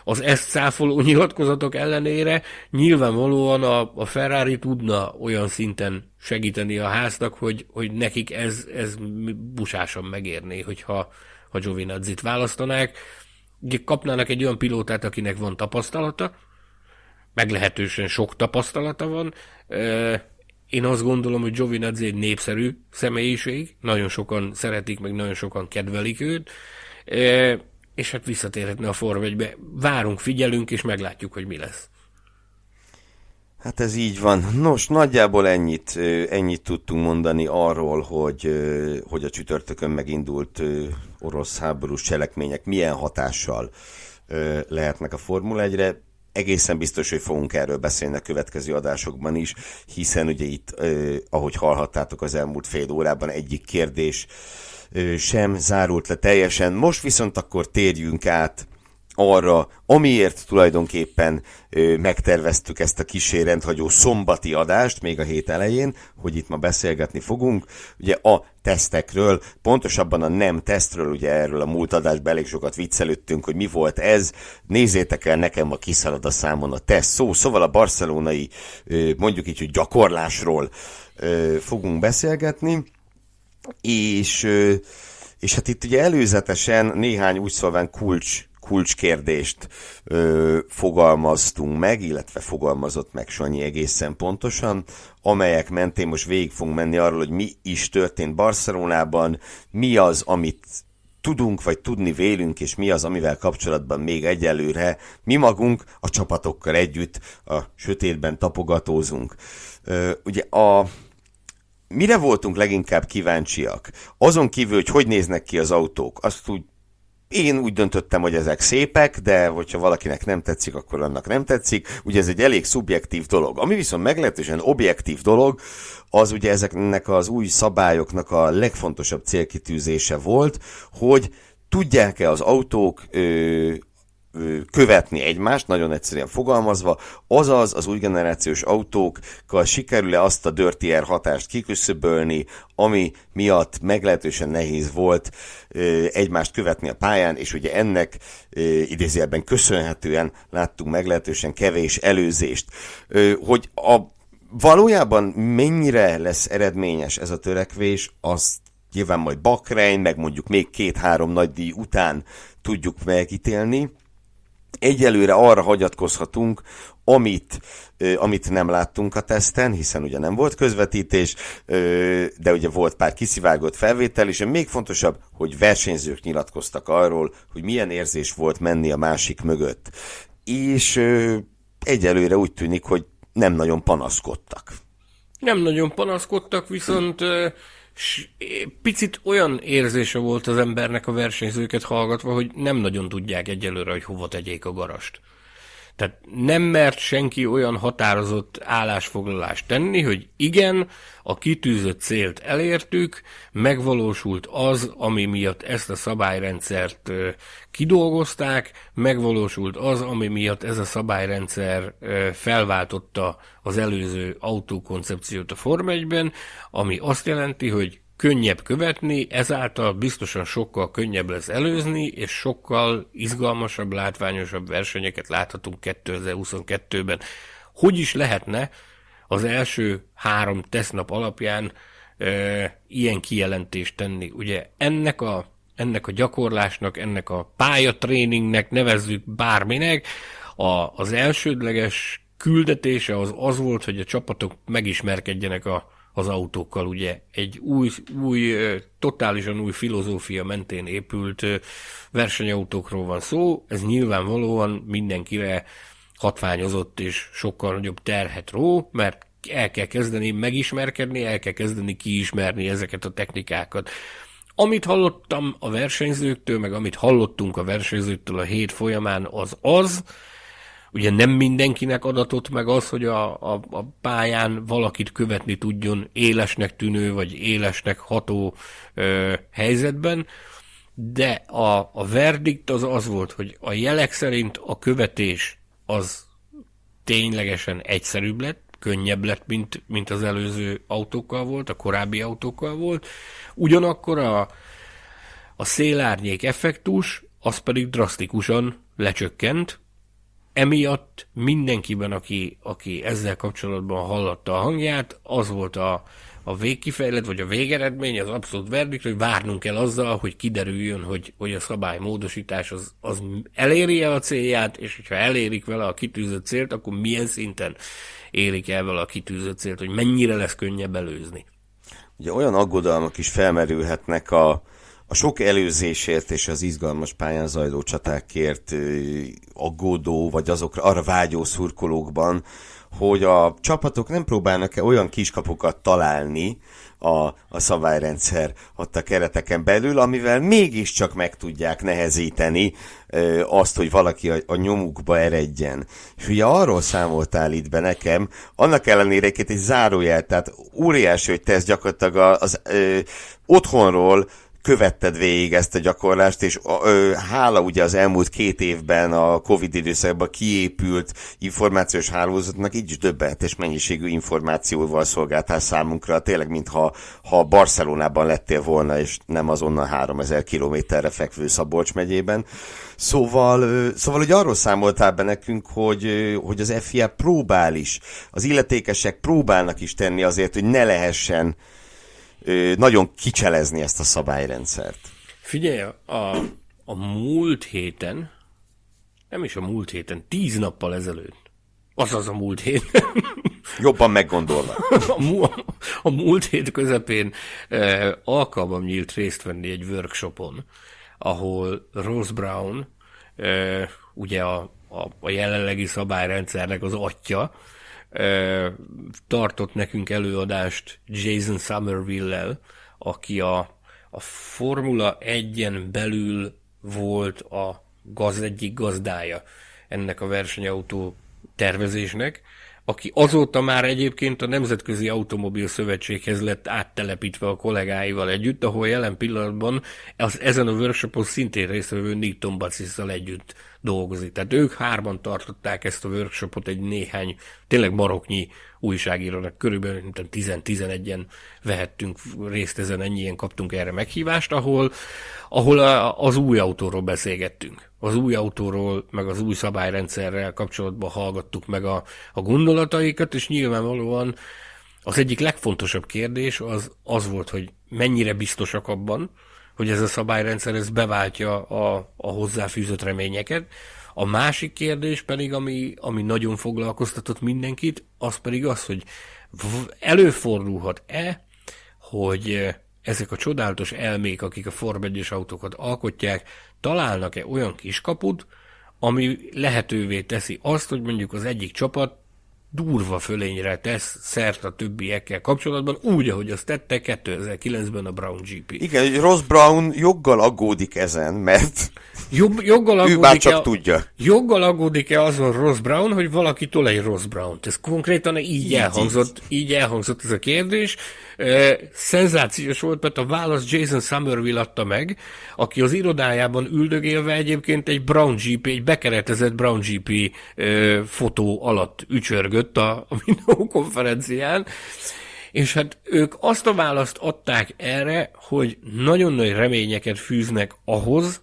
B: az ezt cáfoló nyilatkozatok ellenére nyilvánvalóan a Ferrari tudna olyan szinten segíteni a háznak, hogy nekik ez busásan megérné, hogyha Giovinazzit választanák. Ugye kapnának egy olyan pilótát, akinek van tapasztalata, meglehetősen sok tapasztalata van. Én azt gondolom, hogy Giovinazzi egy népszerű személyiség, nagyon sokan szeretik, meg nagyon sokan kedvelik őt, és hát visszatérhetne a Form 1-be. Várunk, figyelünk, és meglátjuk, hogy mi lesz.
C: Hát ez így van. Nos, nagyjából ennyit tudtunk mondani arról, hogy a csütörtökön megindult orosz háborús cselekmények milyen hatással lehetnek a Formula 1-re. Egészen biztos, hogy fogunk erről beszélni a következő adásokban is, hiszen ugye itt, ahogy hallhattátok az elmúlt fél órában, egyik kérdés sem zárult le teljesen. Most viszont akkor térjünk át arra, amiért tulajdonképpen megterveztük ezt a kissé rendhagyó szombati adást, még a hét elején, hogy itt ma beszélgetni fogunk, ugye a tesztekről, pontosabban a nem tesztről, ugye erről a múlt adásban elég sokat viccelődtünk, hogy mi volt ez, nézzétek el, nekem a kiszalad a számon a teszt szó, szóval a barcelonai, mondjuk így, hogy gyakorlásról fogunk beszélgetni, és hát itt ugye előzetesen néhány úgy szólván kulcskérdést fogalmaztunk meg, illetve fogalmazott meg Sanyi egészen pontosan, amelyek mentén most végig fogunk menni arról, hogy mi is történt Barcelonában, mi az, amit tudunk, vagy tudni vélünk, és mi az, amivel kapcsolatban még egyelőre mi magunk a csapatokkal együtt a sötétben tapogatózunk. Ugye mire voltunk leginkább kíváncsiak? Azon kívül, hogy néznek ki az autók, én úgy döntöttem, hogy ezek szépek, de hogyha valakinek nem tetszik, akkor annak nem tetszik. Ugye ez egy elég szubjektív dolog. Ami viszont meglehetősen objektív dolog, az ugye ezeknek az új szabályoknak a legfontosabb célkitűzése volt, hogy tudják-e az autók követni egymást, nagyon egyszerűen fogalmazva, azaz az új generációs autókkal sikerül-e azt a dirty air hatást kiküszöbölni, ami miatt meglehetősen nehéz volt egymást követni a pályán, és ugye ennek idézőjelben köszönhetően láttunk meglehetősen kevés előzést. Hogy valójában mennyire lesz eredményes ez a törekvés, azt nyilván majd Bahrein, meg mondjuk még 2-3 nagy díj után tudjuk megítélni. Egyelőre arra hagyatkozhatunk, amit nem láttunk a teszten, hiszen ugye nem volt közvetítés, de ugye volt pár kiszivárgott felvétel, és még fontosabb, hogy versenyzők nyilatkoztak arról, hogy milyen érzés volt menni a másik mögött. És egyelőre úgy tűnik, hogy nem nagyon panaszkodtak.
B: Nem nagyon panaszkodtak, viszont picit olyan érzése volt az embernek a versenyzőket hallgatva, hogy nem nagyon tudják egyelőre, hogy hova tegyék a garast. Tehát nem mert senki olyan határozott állásfoglalást tenni, hogy igen, a kitűzött célt elértük, megvalósult az, ami miatt ezt a szabályrendszert kidolgozták, megvalósult az, ami miatt ez a szabályrendszer felváltotta az előző autókoncepciót a Form 1-ben, ami azt jelenti, hogy könnyebb követni, ezáltal biztosan sokkal könnyebb lesz előzni, és sokkal izgalmasabb, látványosabb versenyeket láthatunk 2022-ben. Hogy is lehetne az első 3 tesztnap alapján ilyen kijelentést tenni? Ugye ennek a gyakorlásnak, ennek a pályatréningnek, nevezzük bárminek, az elsődleges küldetése az volt, hogy a csapatok megismerkedjenek az autókkal, ugye egy új, totálisan új filozófia mentén épült versenyautókról van szó, ez nyilvánvalóan mindenkire hatványozott és sokkal nagyobb terhet ró, mert el kell kezdeni megismerkedni, el kell kezdeni kiismerni ezeket a technikákat. Amit hallottam a versenyzőktől, meg amit hallottunk a versenyzőktől a hét folyamán, az, ugye nem mindenkinek adatott meg az, hogy a pályán valakit követni tudjon élesnek tűnő, vagy élesnek ható helyzetben, de a verdikt az volt, hogy a jelek szerint a követés az ténylegesen egyszerűbb lett, könnyebb lett, mint az előző autókkal volt, a korábbi autókkal volt. Ugyanakkor a szélárnyék effektus, az pedig drasztikusan lecsökkent, emiatt mindenkiben, aki ezzel kapcsolatban hallotta a hangját, az volt a végkifejlet, vagy a végeredmény, az abszolút verdikt, hogy várnunk kell azzal, hogy kiderüljön, hogy a szabálymódosítás az eléri-e a célját, és hogyha elérik vele a kitűzött célt, akkor milyen szinten érik el vele a kitűzött célt, hogy mennyire lesz könnyebb előzni.
C: Ugye olyan aggodalmak is felmerülhetnek a sok előzésért és az izgalmas pályán zajló csatákért aggódó, vagy arra vágyó szurkolókban, hogy a csapatok nem próbálnak-e olyan kiskapukat találni a szabályrendszer ott a kereteken belül, amivel mégiscsak meg tudják nehezíteni azt, hogy valaki a nyomukba eredjen. És ugye arról számoltál itt be nekem, annak ellenére egy zárójel, tehát óriási, hogy te ezt gyakorlatilag az otthonról követted végig ezt a gyakorlást, és hála ugye az elmúlt 2 évben a Covid időszakban kiépült információs hálózatnak így is döbbenetes mennyiségű információval szolgáltál számunkra, tényleg mintha Barcelonában lettél volna, és nem azonnal 3000 kilométerre fekvő Szabolcs megyében. Szóval hogy arról számoltál be nekünk, hogy az FIA próbál is, az illetékesek próbálnak is tenni azért, hogy ne lehessen nagyon kicselezni ezt a szabályrendszert.
B: Figyelj, a múlt héten, nem is a múlt héten, 10 nappal ezelőtt, azaz a múlt héten.
C: Jobban meggondolva.
B: A múlt hét közepén alkalmam nyílt részt venni egy workshopon, ahol Ross Brown, ugye a jelenlegi szabályrendszernek az atya, tartott nekünk előadást Jason Somerville-lel, aki a Formula 1-en belül volt az egyik gazdája ennek a versenyautó tervezésnek, aki azóta már egyébként a Nemzetközi Automobil Szövetséghez lett áttelepítve a kollégáival együtt, ahol jelen pillanatban ezen a workshopon szintén résztvevő Nick Tombacisszal együtt dolgozik. Tehát ők 3 tartották ezt a workshopot, egy néhány, tényleg maroknyi újságírónak, körülbelül 10-11-en vehettünk részt ezen, ennyien kaptunk erre meghívást, ahol az új autóról beszélgettünk. Az új autóról, meg az új szabályrendszerrel kapcsolatban hallgattuk meg a gondolataikat, és nyilvánvalóan az egyik legfontosabb kérdés az volt, hogy mennyire biztosak abban, hogy ez a szabályrendszer ez beváltja a hozzáfűzött reményeket. A másik kérdés pedig, ami nagyon foglalkoztatott mindenkit, az pedig az, hogy előfordulhat-e, hogy ezek a csodálatos elmék, akik a Form 1-es autókat alkotják, találnak-e olyan kiskaput, ami lehetővé teszi azt, hogy mondjuk az egyik csapat durva fölényre tesz szert a többiekkel kapcsolatban, úgy, ahogy azt tette 2009-ben a Brown GP.
C: Igen, Ross Brown joggal aggódik ezen, mert
B: joggal
C: ő már csak tudja.
B: Joggal aggódik-e azon Ross Brown, hogy valaki tol egy Ross Brown-t? Ez konkrétan így elhangzott ez a kérdés. Szenzációs volt, mert a válasz Jason Somerville adta meg, aki az irodájában üldögélve egyébként egy bekeretezett Brown GP fotó alatt ücsörgött a videókonferencián, és hát ők azt a választ adták erre, hogy nagyon nagy reményeket fűznek ahhoz,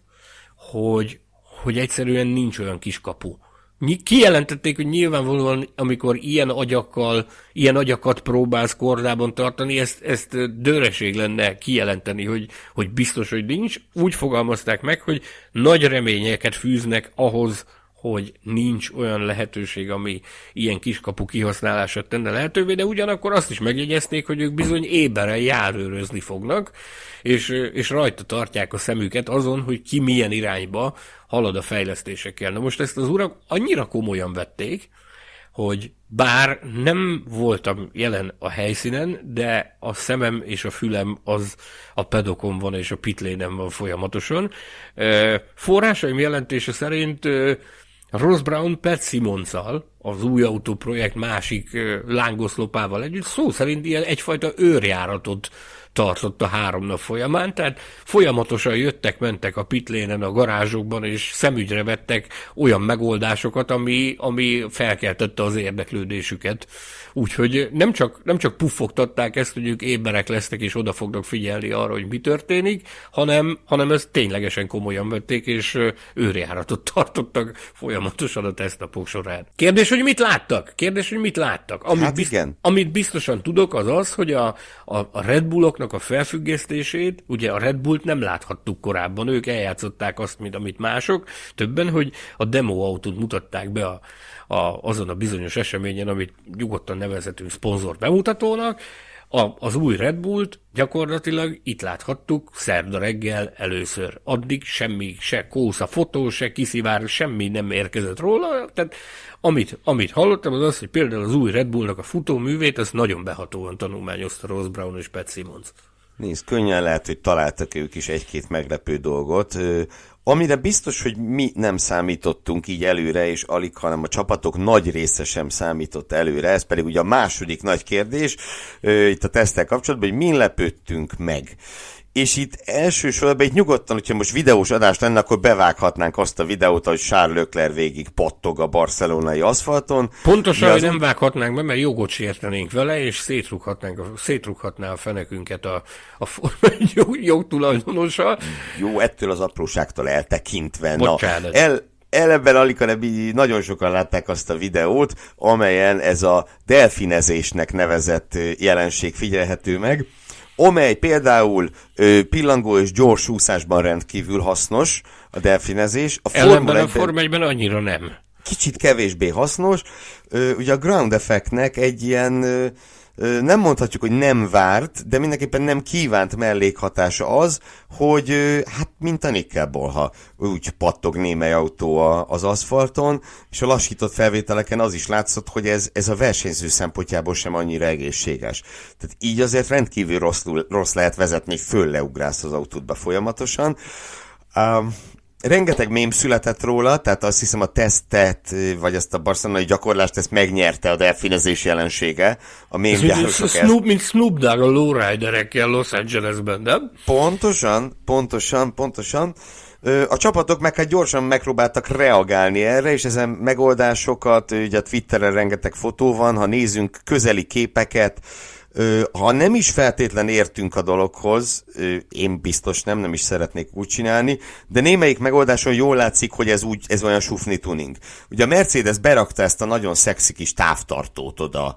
B: hogy egyszerűen nincs olyan kiskapu. Kijelentették, hogy nyilvánvalóan, amikor ilyen agyakat próbálsz kordában tartani, ezt dőreség lenne kijelenteni, hogy biztos, hogy nincs. Úgy fogalmazták meg, hogy nagy reményeket fűznek ahhoz, hogy nincs olyan lehetőség, ami ilyen kiskapu kihasználását tenne lehetővé, de ugyanakkor azt is megjegyezték, hogy ők bizony éberen járőrözni fognak, és rajta tartják a szemüket azon, hogy ki milyen irányba halad a fejlesztésekkel. Na most ezt az urak annyira komolyan vették, hogy bár nem voltam jelen a helyszínen, de a szemem és a fülem az a pedokon van, és a pitlénen van folyamatosan. Forrásaim jelentése szerint Ross Brown Pat Simonszal, az új autóprojekt másik lángoszlopával együtt szó szerint ilyen egyfajta őrjáratot tartott a 3 nap folyamán, tehát folyamatosan jöttek-mentek a pitlénen, a garázsokban, és szemügyre vettek olyan megoldásokat, ami felkeltette az érdeklődésüket. Úgyhogy nem csak puffogtatták ezt, hogy ők éberek lesznek, és oda fognak figyelni arra, hogy mi történik, hanem ezt ténylegesen komolyan vették, és őrjáratot tartottak folyamatosan a tesztnapok során. Kérdés, hogy mit láttak? Amit biztosan tudok, az az, hogy a Red Bulloknak a felfüggesztését, ugye a Red Bullt nem láthattuk korábban, ők eljátszották azt, mint amit mások, többen, hogy a demo autót mutatták be azon a bizonyos eseményen, amit nyugodtan nevezhetünk szponzor bemutatónak, az új Red Bullt gyakorlatilag itt láthattuk szerda reggel először. Addig semmi, se kósza fotó, se kiszivár, semmi nem érkezett róla, tehát amit hallottam, az az, hogy például az új Red Bullnak a futóművét, az nagyon behatóan tanulmányozta Ross Brown és Pat Simmons.
C: Nézd, könnyen lehet, hogy találtak ők is egy-két meglepő dolgot, amire biztos, hogy mi nem számítottunk így előre, és alig, hanem a csapatok nagy része sem számított előre, ez pedig ugye a második nagy kérdés itt a teszttel kapcsolatban, hogy min lepődtünk meg. És itt elsősorban, itt nyugodtan, hogyha most videós adás lenne, akkor bevághatnánk azt a videót, hogy Charles Leclerc végig pattog a barcelonai aszfalton.
B: Pontosan, hogy nem vághatnánk be, mert jogot sértenénk vele, és szétrughatná a fenekünket a jogtulajdonosa.
C: Jó, ettől az apróságtól eltekintve.
B: Bocsánat.
C: Elebben alig, nagyon sokan látták azt a videót, amelyen ez a delfinezésnek nevezett jelenség figyelhető meg, amely például pillangó és gyors úszásban rendkívül hasznos, a delfinezés.
B: Ellenben a Forma 1-ben annyira nem.
C: Kicsit kevésbé hasznos. Ugye a ground effectnek egy ilyen, nem mondhatjuk, hogy nem várt, de mindenképpen nem kívánt mellékhatása az, hogy hát mint a nikkelbolha, úgy pattog némely autó az aszfalton, és a lassított felvételeken az is látszott, hogy ez a versenyző szempontjából sem annyira egészséges. Tehát így azért rendkívül rossz lehet vezetni, fölleugrálsz az autódba folyamatosan. Rengeteg mém született róla, tehát azt hiszem a tesztet, vagy ezt a barcelonai gyakorlást, ezt megnyerte a delfinezés jelensége. A mémgyárosok
B: mint Snoop Dogg a lowriderekkel Los Angelesben, nem?
C: Pontosan. A csapatok meg hát gyorsan megpróbáltak reagálni erre, és ezen megoldásokat, ugye a Twitteren rengeteg fotó van, ha nézünk közeli képeket, ha nem is feltétlen értünk a dologhoz, én biztos nem is szeretnék úgy csinálni, de némelyik megoldáson jól látszik, hogy ez olyan sufni tuning. Ugye a Mercedes berakta ezt a nagyon szexi kis távtartót oda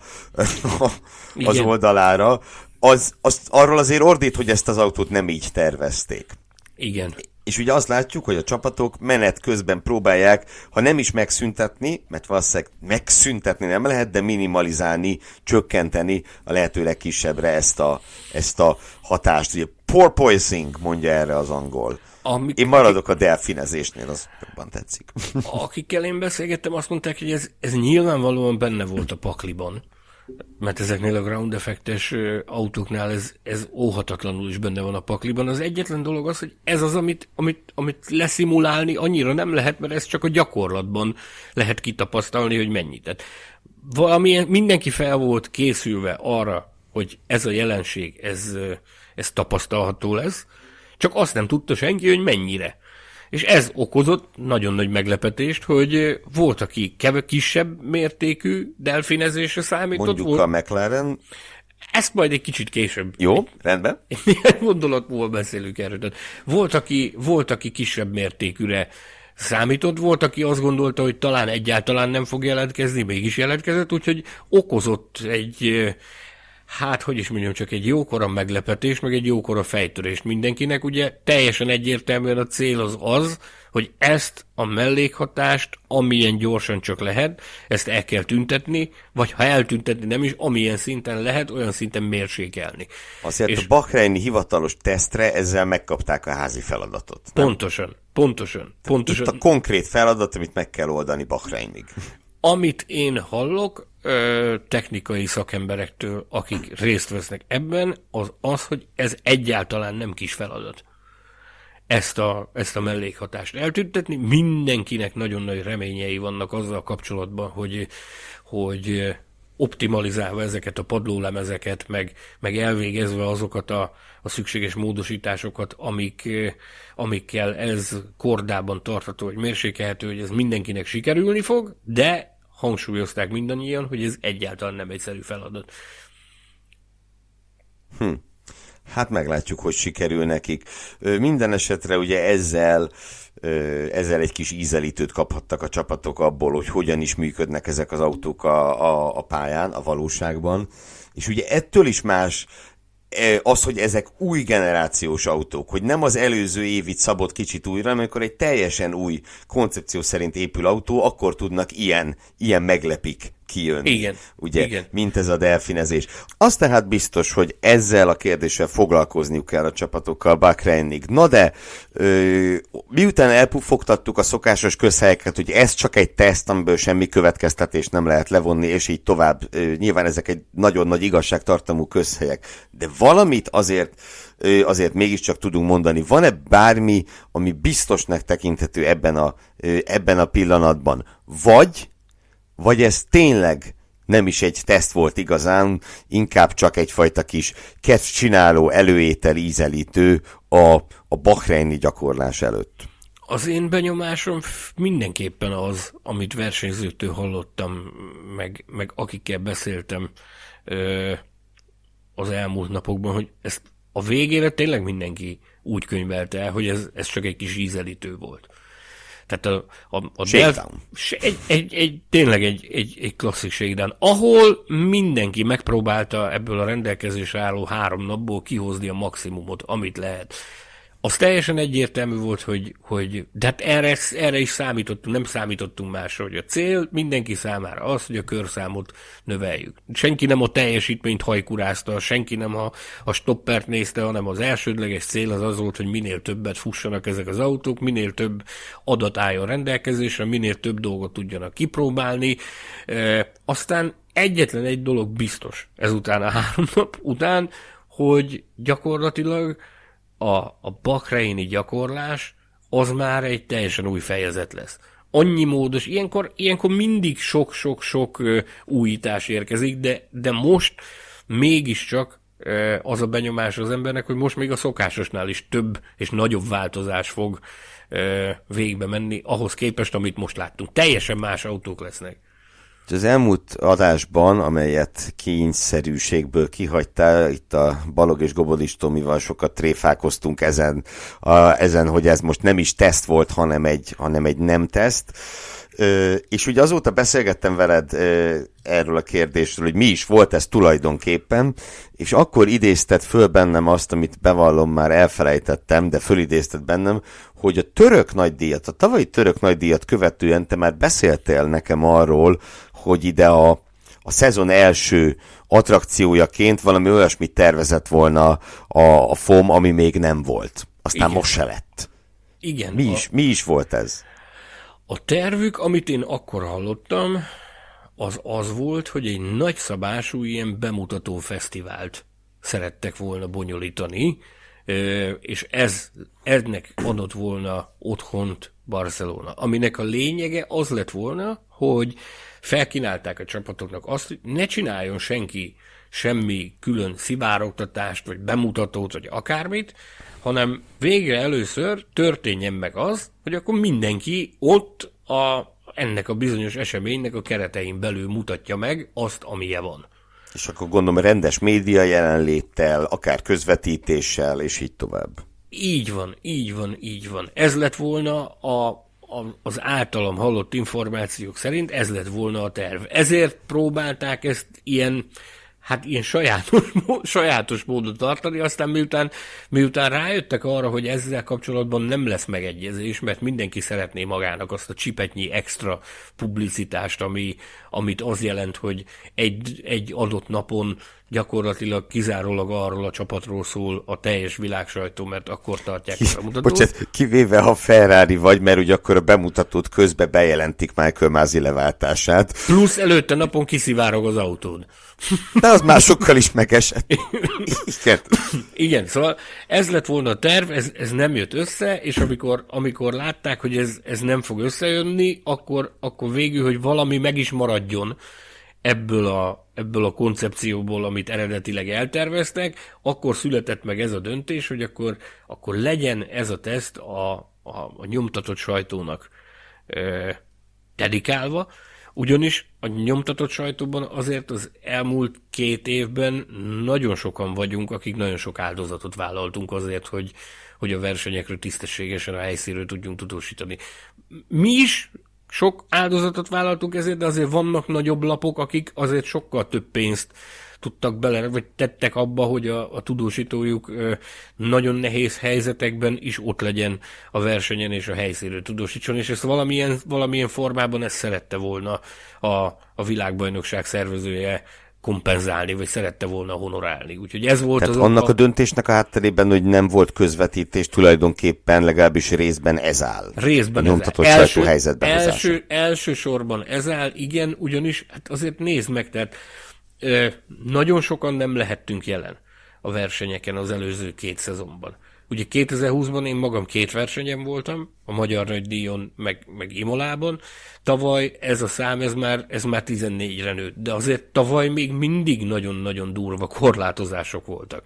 C: az oldalára, arról azért ordít, hogy ezt az autót nem így tervezték.
B: Igen.
C: És ugye azt látjuk, hogy a csapatok menet közben próbálják, ha nem is megszüntetni, mert valószínűleg megszüntetni nem lehet, de minimalizálni, csökkenteni a lehető legkisebbre ezt a hatást. Ugye porpoising mondja erre az angol. Én maradok a delfinezésnél, az jobban tetszik.
B: Akikkel én beszélgettem, azt mondták, hogy ez nyilvánvalóan benne volt a pakliban. Mert ezeknél a ground effektes autóknál ez óhatatlanul is benne van a pakliban. Az egyetlen dolog az, hogy ez az, amit leszimulálni annyira nem lehet, mert ez csak a gyakorlatban lehet kitapasztalni, hogy mennyit. Tehát mindenki fel volt készülve arra, hogy ez a jelenség, ez tapasztalható lesz, csak azt nem tudta senki, hogy mennyire. És ez okozott nagyon nagy meglepetést, hogy volt, aki kisebb mértékű delfinezésre számított.
C: Mondjuk a McLaren.
B: Ezt majd egy kicsit később.
C: Jó, rendben.
B: Néhány gondolat múlva beszélünk erről. Tehát volt, aki kisebb mértékűre számított, volt, aki azt gondolta, hogy talán egyáltalán nem fog jelentkezni, mégis jelentkezett, úgyhogy okozott egy... csak egy jókora meglepetés, meg egy jókora fejtörést mindenkinek. Ugye teljesen egyértelműen a cél az, hogy ezt a mellékhatást, amilyen gyorsan csak lehet, ezt el kell tüntetni, vagy ha eltüntetni nem is, amilyen szinten lehet, olyan szinten mérsékelni.
C: Azért és a bahreini hivatalos tesztre ezzel megkapták a házi feladatot.
B: Pontosan.
C: Itt a konkrét feladat, amit meg kell oldani Bahreinig.
B: Amit én hallok technikai szakemberektől, akik részt vesznek ebben, az, hogy ez egyáltalán nem kis feladat. ezt a mellékhatást eltüntetni. Mindenkinek nagyon nagy reményei vannak azzal kapcsolatban, hogy optimalizálva ezeket a padlólemezeket, meg elvégezve azokat a szükséges módosításokat, amikkel ez kordában tartható, vagy mérsékelhető, hogy ez mindenkinek sikerülni fog, de hangsúlyozták mindannyian, hogy ez egyáltalán nem egyszerű feladat.
C: Hát meglátjuk, hogy sikerül nekik. Minden esetre ugye ezzel egy kis ízelítőt kaphattak a csapatok abból, hogy hogyan is működnek ezek az autók a pályán, a valóságban. És ugye ettől is más az, hogy ezek új generációs autók, hogy nem az előző évit szabott kicsit újra, amikor egy teljesen új koncepció szerint épül autó, akkor tudnak ilyen meglepik kijönni.
B: Igen.
C: Ugye,
B: igen.
C: Mint ez a delfinezés. Az tehát biztos, hogy ezzel a kérdéssel foglalkozniuk kell a csapatokkal Bahreinig. Na de, miután elpufogtattuk a szokásos közhelyeket, hogy ez csak egy teszt, amiből semmi következtetést nem lehet levonni, és így tovább. Nyilván ezek egy nagyon nagy igazságtartalmú közhelyek. De valamit azért mégiscsak tudunk mondani. Van-e bármi, ami biztosnak tekinthető ebben a pillanatban? Vagy ez tényleg nem is egy teszt volt igazán, inkább csak egyfajta kis kedvcsináló, előétel, ízelítő a bahreini gyakorlás előtt?
B: Az én benyomásom mindenképpen az, amit versenyzőtől hallottam, meg akikkel beszéltem az elmúlt napokban, hogy ezt a végére tényleg mindenki úgy könyvelte el, hogy ez csak egy kis ízelítő volt. Tehát tényleg egy klasszik shakedown, ahol mindenki megpróbálta ebből a rendelkezésre álló 3 napból kihozni a maximumot, amit lehet. Az teljesen egyértelmű volt, de hát erre is számítottunk, nem számítottunk másra, hogy a cél mindenki számára az, hogy a körszámot növeljük. Senki nem a teljesítményt hajkurázta, senki nem a stoppert nézte, hanem az elsődleges cél az volt, hogy minél többet fussanak ezek az autók, minél több adat álljon rendelkezésre, minél több dolgot tudjanak kipróbálni. Aztán egyetlen egy dolog biztos ezután a 3 nap után, hogy gyakorlatilag a bahreini gyakorlás az már egy teljesen új fejezet lesz. Annyi módos, ilyenkor mindig sok-sok-sok újítás érkezik, de most mégiscsak az a benyomás az embernek, hogy most még a szokásosnál is több és nagyobb változás fog végbe menni, ahhoz képest, amit most láttunk. Teljesen más autók lesznek.
C: Az elmúlt adásban, amelyet kényszerűségből kihagytál, itt a Balog és Gobodis Tomival sokat tréfálkoztunk ezen, hogy ez most nem is teszt volt, hanem egy nem teszt. És ugye azóta beszélgettem veled erről a kérdésről, hogy mi is volt ez tulajdonképpen, és akkor idézted föl bennem azt, amit bevallom, már elfelejtettem, de fölidézted bennem, hogy a tavalyi török nagydíjat követően te már beszéltél nekem arról, hogy ide a szezon első attrakciójaként valami olyasmit tervezett volna a FOM, ami még nem volt. Aztán igen. Most se lett.
B: Igen.
C: Mi is volt ez?
B: A tervük, amit én akkor hallottam, az volt, hogy egy nagyszabású ilyen bemutató fesztivált szerettek volna bonyolítani, és ennek adott volna otthont Barcelona, aminek a lényege az lett volna, hogy felkínálták a csapatoknak azt, hogy ne csináljon senki semmi külön szivárogtatást, vagy bemutatót, vagy akármit, hanem végre először történjen meg az, hogy akkor mindenki ott ennek a bizonyos eseménynek a keretein belül mutatja meg azt, amilyen van.
C: És akkor gondolom rendes média jelenléttel, akár közvetítéssel, és így tovább.
B: Így van. Ez lett volna az általam hallott információk szerint, ez lett volna a terv. Ezért próbálták ezt ilyen sajátos módon tartani, aztán miután rájöttek arra, hogy ezzel kapcsolatban nem lesz megegyezés, mert mindenki szeretné magának azt a csipetnyi extra publicitást, amit az jelent, hogy egy adott napon gyakorlatilag kizárólag arról a csapatról szól a teljes világsajtó, mert akkor tartják a bemutatót.
C: Bocsánat, kivéve ha Ferrari vagy, mert ugye akkor a bemutatót közben bejelentik Michael Masi leváltását.
B: Plusz előtte napon kiszivárog az autód.
C: De az már sokkal is megesett. Igen.
B: Igen, szóval ez lett volna a terv, ez nem jött össze, és amikor látták, hogy ez nem fog összejönni, akkor végül, hogy valami meg is maradjon ebből a koncepcióból, amit eredetileg elterveztek, akkor született meg ez a döntés, hogy akkor legyen ez a teszt a nyomtatott sajtónak dedikálva, ugyanis a nyomtatott sajtóban azért az elmúlt 2 évben nagyon sokan vagyunk, akik nagyon sok áldozatot vállaltunk azért, hogy a versenyekről tisztességesen a helyszínről tudjunk tudósítani. Mi is sok áldozatot vállaltunk ezért, de azért vannak nagyobb lapok, akik azért sokkal több pénzt tudtak bele, vagy tettek abba, hogy a tudósítójuk nagyon nehéz helyzetekben is ott legyen a versenyen és a helyszínről tudósítson, és ezt valamilyen formában ezt szerette volna a világbajnokság szervezője kompenzálni, vagy szerette volna honorálni. Úgyhogy ez volt.
C: Tehát annak a döntésnek a hátterében, hogy nem volt közvetítés, tulajdonképpen legalábbis részben ez áll.
B: Részben
C: ez áll.
B: Elsősorban ez áll, igen, ugyanis hát azért nézd meg, tehát nagyon sokan nem lehettünk jelen a versenyeken az előző 2 szezonban. Ugye 2020-ban én magam 2 versenyen voltam, a Magyar Nagydíjon, meg Imolában. Tavaly ez a szám, ez már 14-re nőtt, de azért tavaly még mindig nagyon-nagyon durva korlátozások voltak.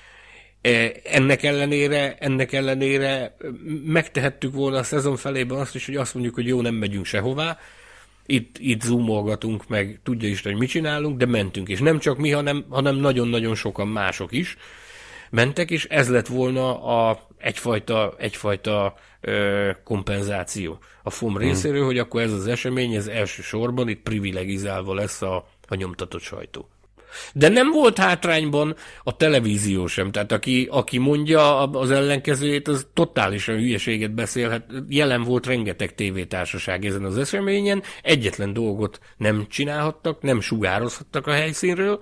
B: Ennek ellenére megtehettük volna a szezon felében azt is, hogy azt mondjuk, hogy jó, nem megyünk sehová, itt zoomolgatunk, meg tudja Isten, hogy mit csinálunk, de mentünk, és nem csak mi, hanem nagyon-nagyon sokan mások is mentek, és ez lett volna egyfajta kompenzáció a FOM részéről, hogy akkor ez az esemény, ez elsősorban itt privilegizálva lesz a nyomtatott sajtó. De nem volt hátrányban a televízió sem, tehát aki mondja az ellenkezőjét, az totálisan hülyeséget beszélhet. Jelen volt rengeteg tévétársaság ezen az eseményen, egyetlen dolgot nem csinálhattak, nem sugározhattak a helyszínről,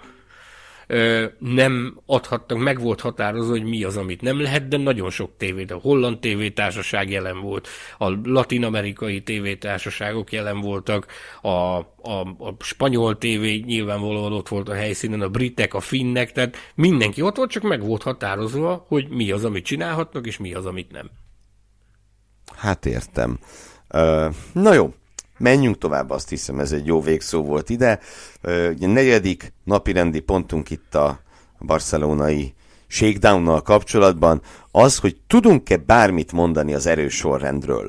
B: nem adhattak, meg volt határozva, hogy mi az, amit nem lehet, de nagyon sok a holland tévétársaság jelen volt, a latin-amerikai tévétársaságok jelen voltak, a spanyol tévé nyilvánvalóan ott volt a helyszínen, a britek, a finnek, tehát mindenki ott volt, csak meg volt határozva, hogy mi az, amit csinálhatnak, és mi az, amit nem.
C: Hát értem. Na jó. Menjünk tovább, azt hiszem, ez egy jó végszó volt ide. Ugye 4. napirendi pontunk itt a barcelonai shakedownnal kapcsolatban az, hogy tudunk-e bármit mondani az erős sorrendről.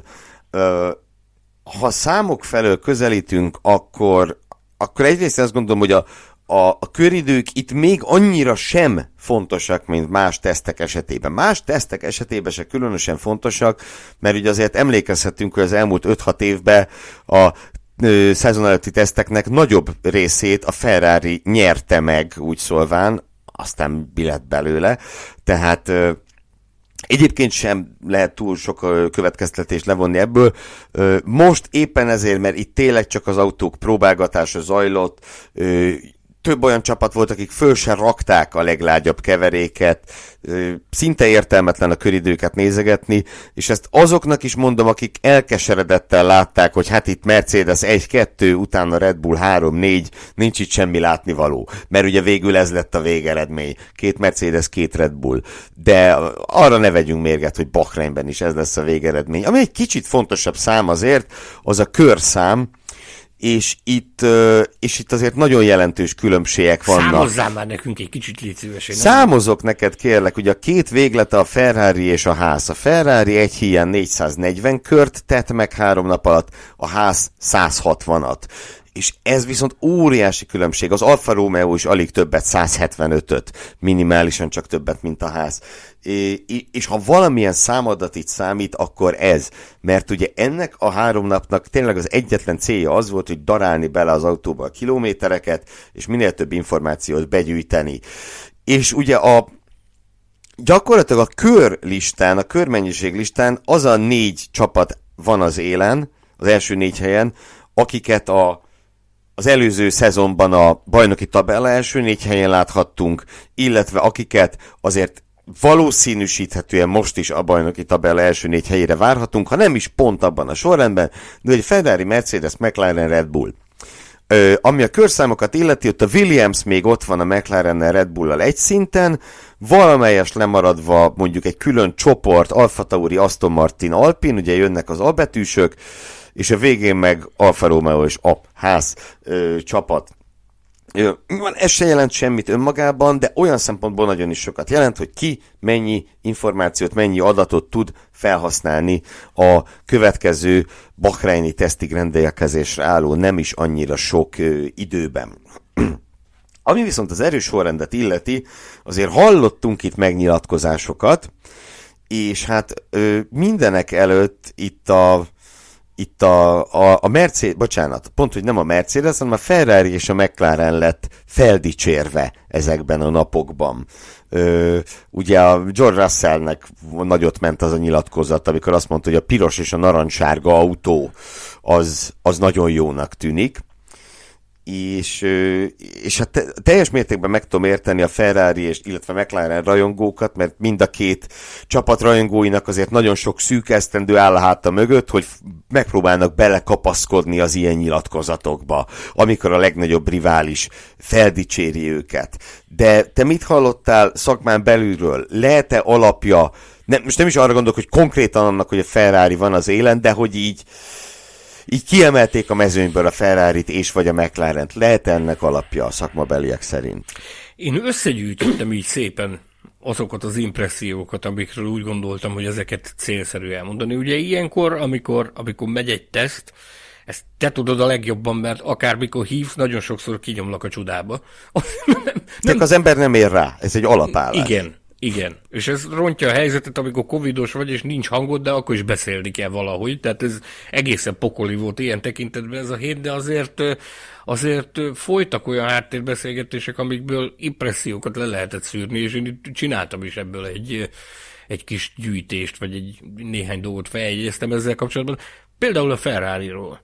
C: Ha számok felől közelítünk, akkor egyrészt azt gondolom, hogy a köridők itt még annyira sem fontosak, mint más tesztek esetében. Más tesztek esetében se különösen fontosak, mert ugye azért emlékezhetünk, hogy az elmúlt 5-6 évben a szezon előtti teszteknek nagyobb részét a Ferrari nyerte meg, úgy szólván, aztán lett belőle. Tehát egyébként sem lehet túl sok következtetést levonni ebből. Most éppen ezért, mert itt tényleg csak az autók próbálgatása zajlott, több olyan csapat volt, akik föl se rakták a leglágyabb keveréket, szinte értelmetlen a köridőket nézegetni, és ezt azoknak is mondom, akik elkeseredettel látták, hogy hát itt Mercedes 1-2, utána Red Bull 3-4, nincs itt semmi látnivaló, mert ugye végül ez lett a végeredmény, 2 Mercedes, 2 Red Bull, de arra ne vegyünk mérget, hogy Bahreinben is ez lesz a végeredmény. Ami egy kicsit fontosabb szám azért, az a körszám, és itt azért nagyon jelentős különbségek vannak.
B: Számozzál már nekünk egy kicsit, légy szívesen.
C: Számozok neked, kérlek, ugye a 2 véglete a Ferrari és a Haas. A Ferrari egy híján 440 kört tett meg 3 nap alatt, a Haas 160-at. És ez viszont óriási különbség. Az Alfa Romeo is alig többet, 175-öt, minimálisan csak többet, mint a Haas. És ha valamilyen számadat itt számít, akkor ez. Mert ugye ennek a 3 napnak tényleg az egyetlen célja az volt, hogy darálni bele az autóba a kilométereket, és minél több információt begyűjteni. És ugye gyakorlatilag a körlistán, a körmennyiség listán az a 4 csapat van az élen, az első 4 helyen, akiket a az előző szezonban a bajnoki tabella első 4 helyen láthattunk, illetve akiket azért valószínűsíthetően most is a bajnoki tabella első 4 helyére várhatunk, ha nem is pont abban a sorrendben, de egy Ferrari, Mercedes, McLaren, Red Bull. Ami a körszámokat illeti, ott a Williams még ott van a McLarennel, Red Bull-al egy szinten, valamelyes lemaradva mondjuk egy külön csoport, Alfa Tauri, Aston Martin, Alpine, ugye jönnek az albetűsök, és a végén meg Alfa Romeo és a ház csapat. Ez se jelent semmit önmagában, de olyan szempontból nagyon is sokat jelent, hogy ki mennyi információt, mennyi adatot tud felhasználni a következő bahreini tesztig rendelkezésre álló nem is annyira sok időben. Ami viszont az erős sorrendet illeti, azért hallottunk itt megnyilatkozásokat, és hát mindenek előtt itt a Mercedes, bocsánat, pont, hogy nem a Mercedes, hanem a Ferrari és a McLaren lett feldicsérve ezekben a napokban. Ugye a George Russellnek nagyot ment az a nyilatkozat, amikor azt mondta, hogy a piros és a narancssárga autó az nagyon jónak tűnik. És hát teljes mértékben meg tudom érteni a Ferrari illetve McLaren rajongókat, mert mind a két csapat rajongóinak azért nagyon sok szűk esztendő áll a háta mögött, hogy megpróbálnak belekapaszkodni az ilyen nyilatkozatokba, amikor a legnagyobb rivális feldicséri őket. De te mit hallottál szakmán belülről? Lehet-e alapja, most nem is arra gondolok, hogy konkrétan annak, hogy a Ferrari van az élen, de hogy így kiemelték a mezőnyből a Ferrarit és vagy a McLarent. Lehet ennek alapja a szakmabeliek szerint?
B: Én összegyűjtöttem így szépen azokat az impressziókat, amikről úgy gondoltam, hogy ezeket célszerű elmondani. Ugye ilyenkor, amikor megy egy teszt, ezt te tudod a legjobban, mert akármikor hívsz, nagyon sokszor kinyomlak a csudába.
C: Nem. Az ember nem ér rá, ez egy alapállás.
B: Igen, és ez rontja a helyzetet, amikor covidos vagy, és nincs hangod, de akkor is beszélni kell valahogy, tehát ez egészen pokoli volt ilyen tekintetben ez a hét, de azért folytak olyan háttérbeszélgetések, amikből impressziókat le lehetett szűrni, és én csináltam is ebből egy kis gyűjtést, vagy néhány dolgot feljegyeztem ezzel kapcsolatban. Például a Ferrariról.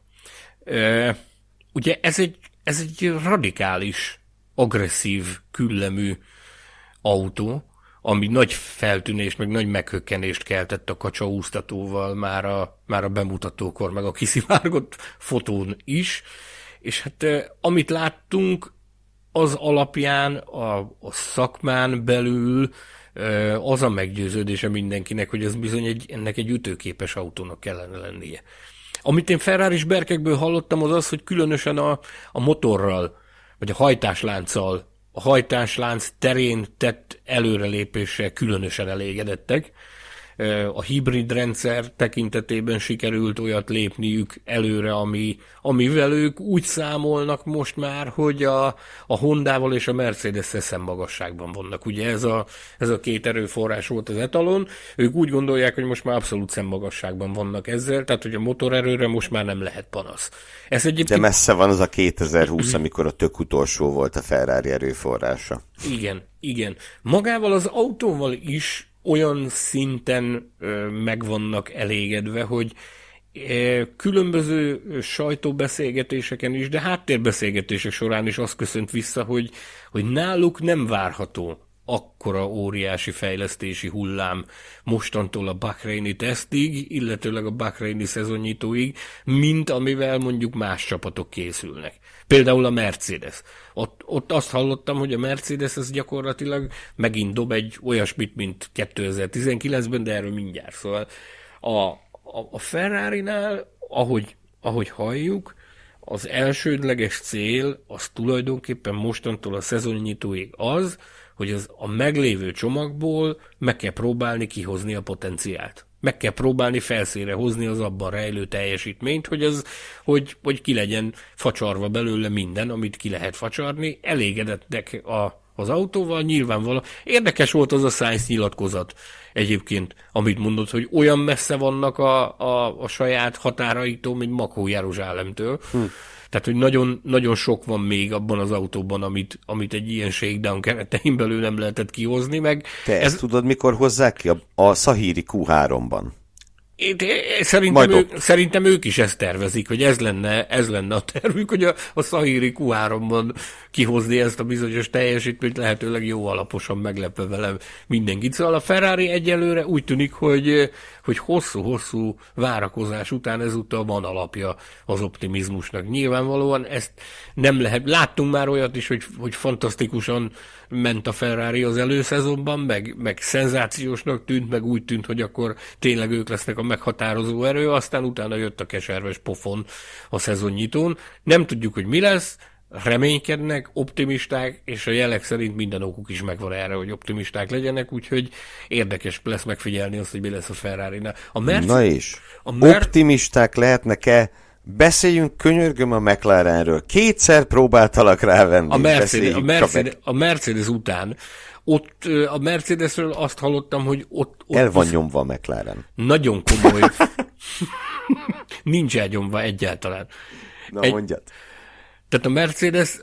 B: Ugye ez egy radikális, agresszív, küllemű autó, ami nagy feltűnést, meg nagy meghökkenést keltett a kacsaúztatóval már a bemutatókor, meg a kiszivárgott fotón is, és hát amit láttunk, az alapján a szakmán belül az a meggyőződése mindenkinek, hogy ez bizony ennek egy ütőképes autónak kellene lennie. Amit én Ferraris berkekből hallottam, az az, hogy különösen a motorral, vagy a hajtáslánccal, a hajtáslánc terén tett előrelépéssel különösen elégedettek. A hibrid rendszer tekintetében sikerült olyat lépniük előre, amivel ők úgy számolnak most már, hogy a Hondával és a Mercedes-szel szemmagasságban vannak. Ugye ez a két erőforrás volt az etalon, ők úgy gondolják, hogy most már abszolút szemmagasságban vannak ezzel, tehát hogy a motorerőre most már nem lehet panasz.
C: De messze van az a 2020, amikor a tök utolsó volt a Ferrari erőforrása.
B: Igen. Magával az autóval is olyan szinten meg vannak elégedve, hogy különböző sajtóbeszélgetéseken is, de háttérbeszélgetések során is azt köszönt vissza, hogy náluk nem várható akkora óriási fejlesztési hullám mostantól a bahreini tesztig, illetőleg a bahreini szezonnyitóig, mint amivel mondjuk más csapatok készülnek. Például a Mercedes. Ott azt hallottam, hogy a Mercedes ez gyakorlatilag megint dob egy olyasmit, mint 2019-ben, de erről mindjárt. Szóval a Ferrarinál, ahogy halljuk, az elsődleges cél az tulajdonképpen mostantól a szezonnyitóig az, hogy a meglévő csomagból meg kell próbálni kihozni a potenciált. Meg kell próbálni felszínre hozni az abban rejlő teljesítményt, hogy ki legyen facsarva belőle minden, amit ki lehet facsarni. Elégedettek az autóval, nyilvánvalóan. Érdekes volt az a Sainz nyilatkozat egyébként, amit mondott, hogy olyan messze vannak a saját határaiktól, mint Makó Jeruzsálemtől. Tehát, hogy nagyon, nagyon sok van még abban az autóban, amit egy ilyen shakedown keretein belül nem lehetett kihozni meg.
C: Te ezt tudod, mikor hozzák ki? A Sahiri Q3-ban.
B: Szerintem ők is ezt tervezik, hogy ez lenne a tervük, hogy a Szahíri Q3-ban kihozni ezt a bizonyos teljesítményt, lehetőleg jó alaposan meglepve velem mindenkit. Szóval a Ferrari egyelőre úgy tűnik, hogy hosszú-hosszú várakozás után ezúttal van alapja az optimizmusnak. Nyilvánvalóan ezt nem lehet. Láttunk már olyat is, hogy fantasztikusan ment a Ferrari az előszezonban, meg szenzációsnak tűnt, meg úgy tűnt, hogy akkor tényleg ők lesznek a meghatározó erő, aztán utána jött a keserves pofon a szezonnyitón. Nem tudjuk, hogy mi lesz, reménykednek, optimisták, és a jelek szerint minden okuk is megvan erre, hogy optimisták legyenek, úgyhogy érdekes lesz megfigyelni azt, hogy mi lesz a Ferrari-nál.
C: Na és, optimisták lehetnek-e? Beszéljünk, könyörgöm, a McLarenről. 2-szer próbáltalak rávenni.
B: A Mercedes után. Ott a Mercedesről azt hallottam, hogy ott
C: el van nyomva a McLaren.
B: Nagyon komoly. Nincs elnyomva egyáltalán.
C: Na mondjad.
B: Tehát a Mercedes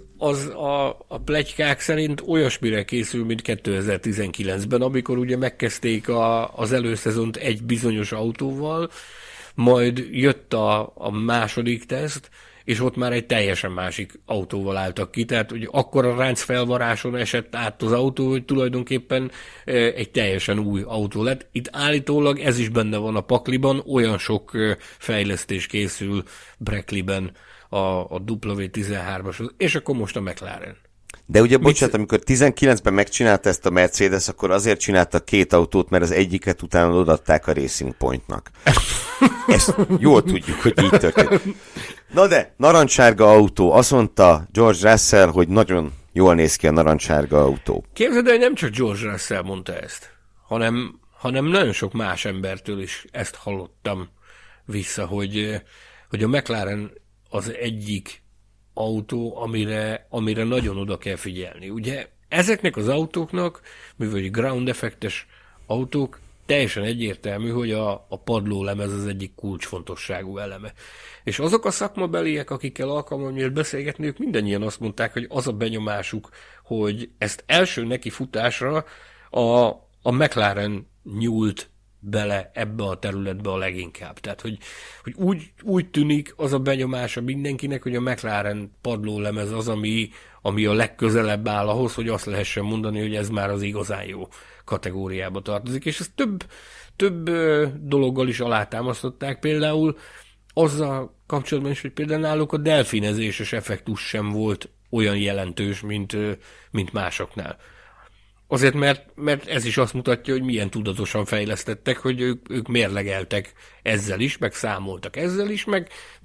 B: a pletykák szerint olyasmire készül, mint 2019-ben, amikor ugye megkezdték az előszezont egy bizonyos autóval, majd jött a második teszt, és ott már egy teljesen másik autóval álltak ki, tehát ugye akkor a ráncfelvaráson esett át az autó, hogy tulajdonképpen egy teljesen új autó lett. Itt állítólag ez is benne van a pakliban, olyan sok fejlesztés készül Brackleyben a W13-as, és akkor most a McLaren.
C: De ugye, bocsánat, amikor 19-ben megcsinálta ezt a Mercedes, akkor azért csináltak 2 autót, mert az egyiket utána odaadták a Racing Pointnak. Ezt jól tudjuk, hogy így történt. Na de, narancssárga autó. Azt mondta George Russell, hogy nagyon jól néz ki a narancssárga autó.
B: Képzeld el, hogy nem csak George Russell mondta ezt, hanem nagyon sok más embertől is ezt hallottam vissza, hogy a McLaren az egyik autó, amire nagyon oda kell figyelni. Ugye ezeknek az autóknak, mivel ground effektes autók, teljesen egyértelmű, hogy a padlólemez az egyik kulcsfontosságú eleme. És azok a szakmabeliek, akikkel alkalmam nyílt beszélgetni, ők mindannyian azt mondták, hogy az a benyomásuk, hogy ezt első nekifutásra a McLaren nyúlt bele ebbe a területbe a leginkább. Tehát, hogy úgy tűnik az a benyomása mindenkinek, hogy a McLaren padlólemez az, ami a legközelebb áll ahhoz, hogy azt lehessen mondani, hogy ez már az igazán jó kategóriába tartozik. És ezt több dologgal is alátámasztották, például azzal kapcsolatban is, hogy például náluk a delfinezéses effektus sem volt olyan jelentős, mint másoknál. Azért, mert ez is azt mutatja, hogy milyen tudatosan fejlesztettek, hogy ők mérlegeltek ezzel is, meg számoltak ezzel is, meg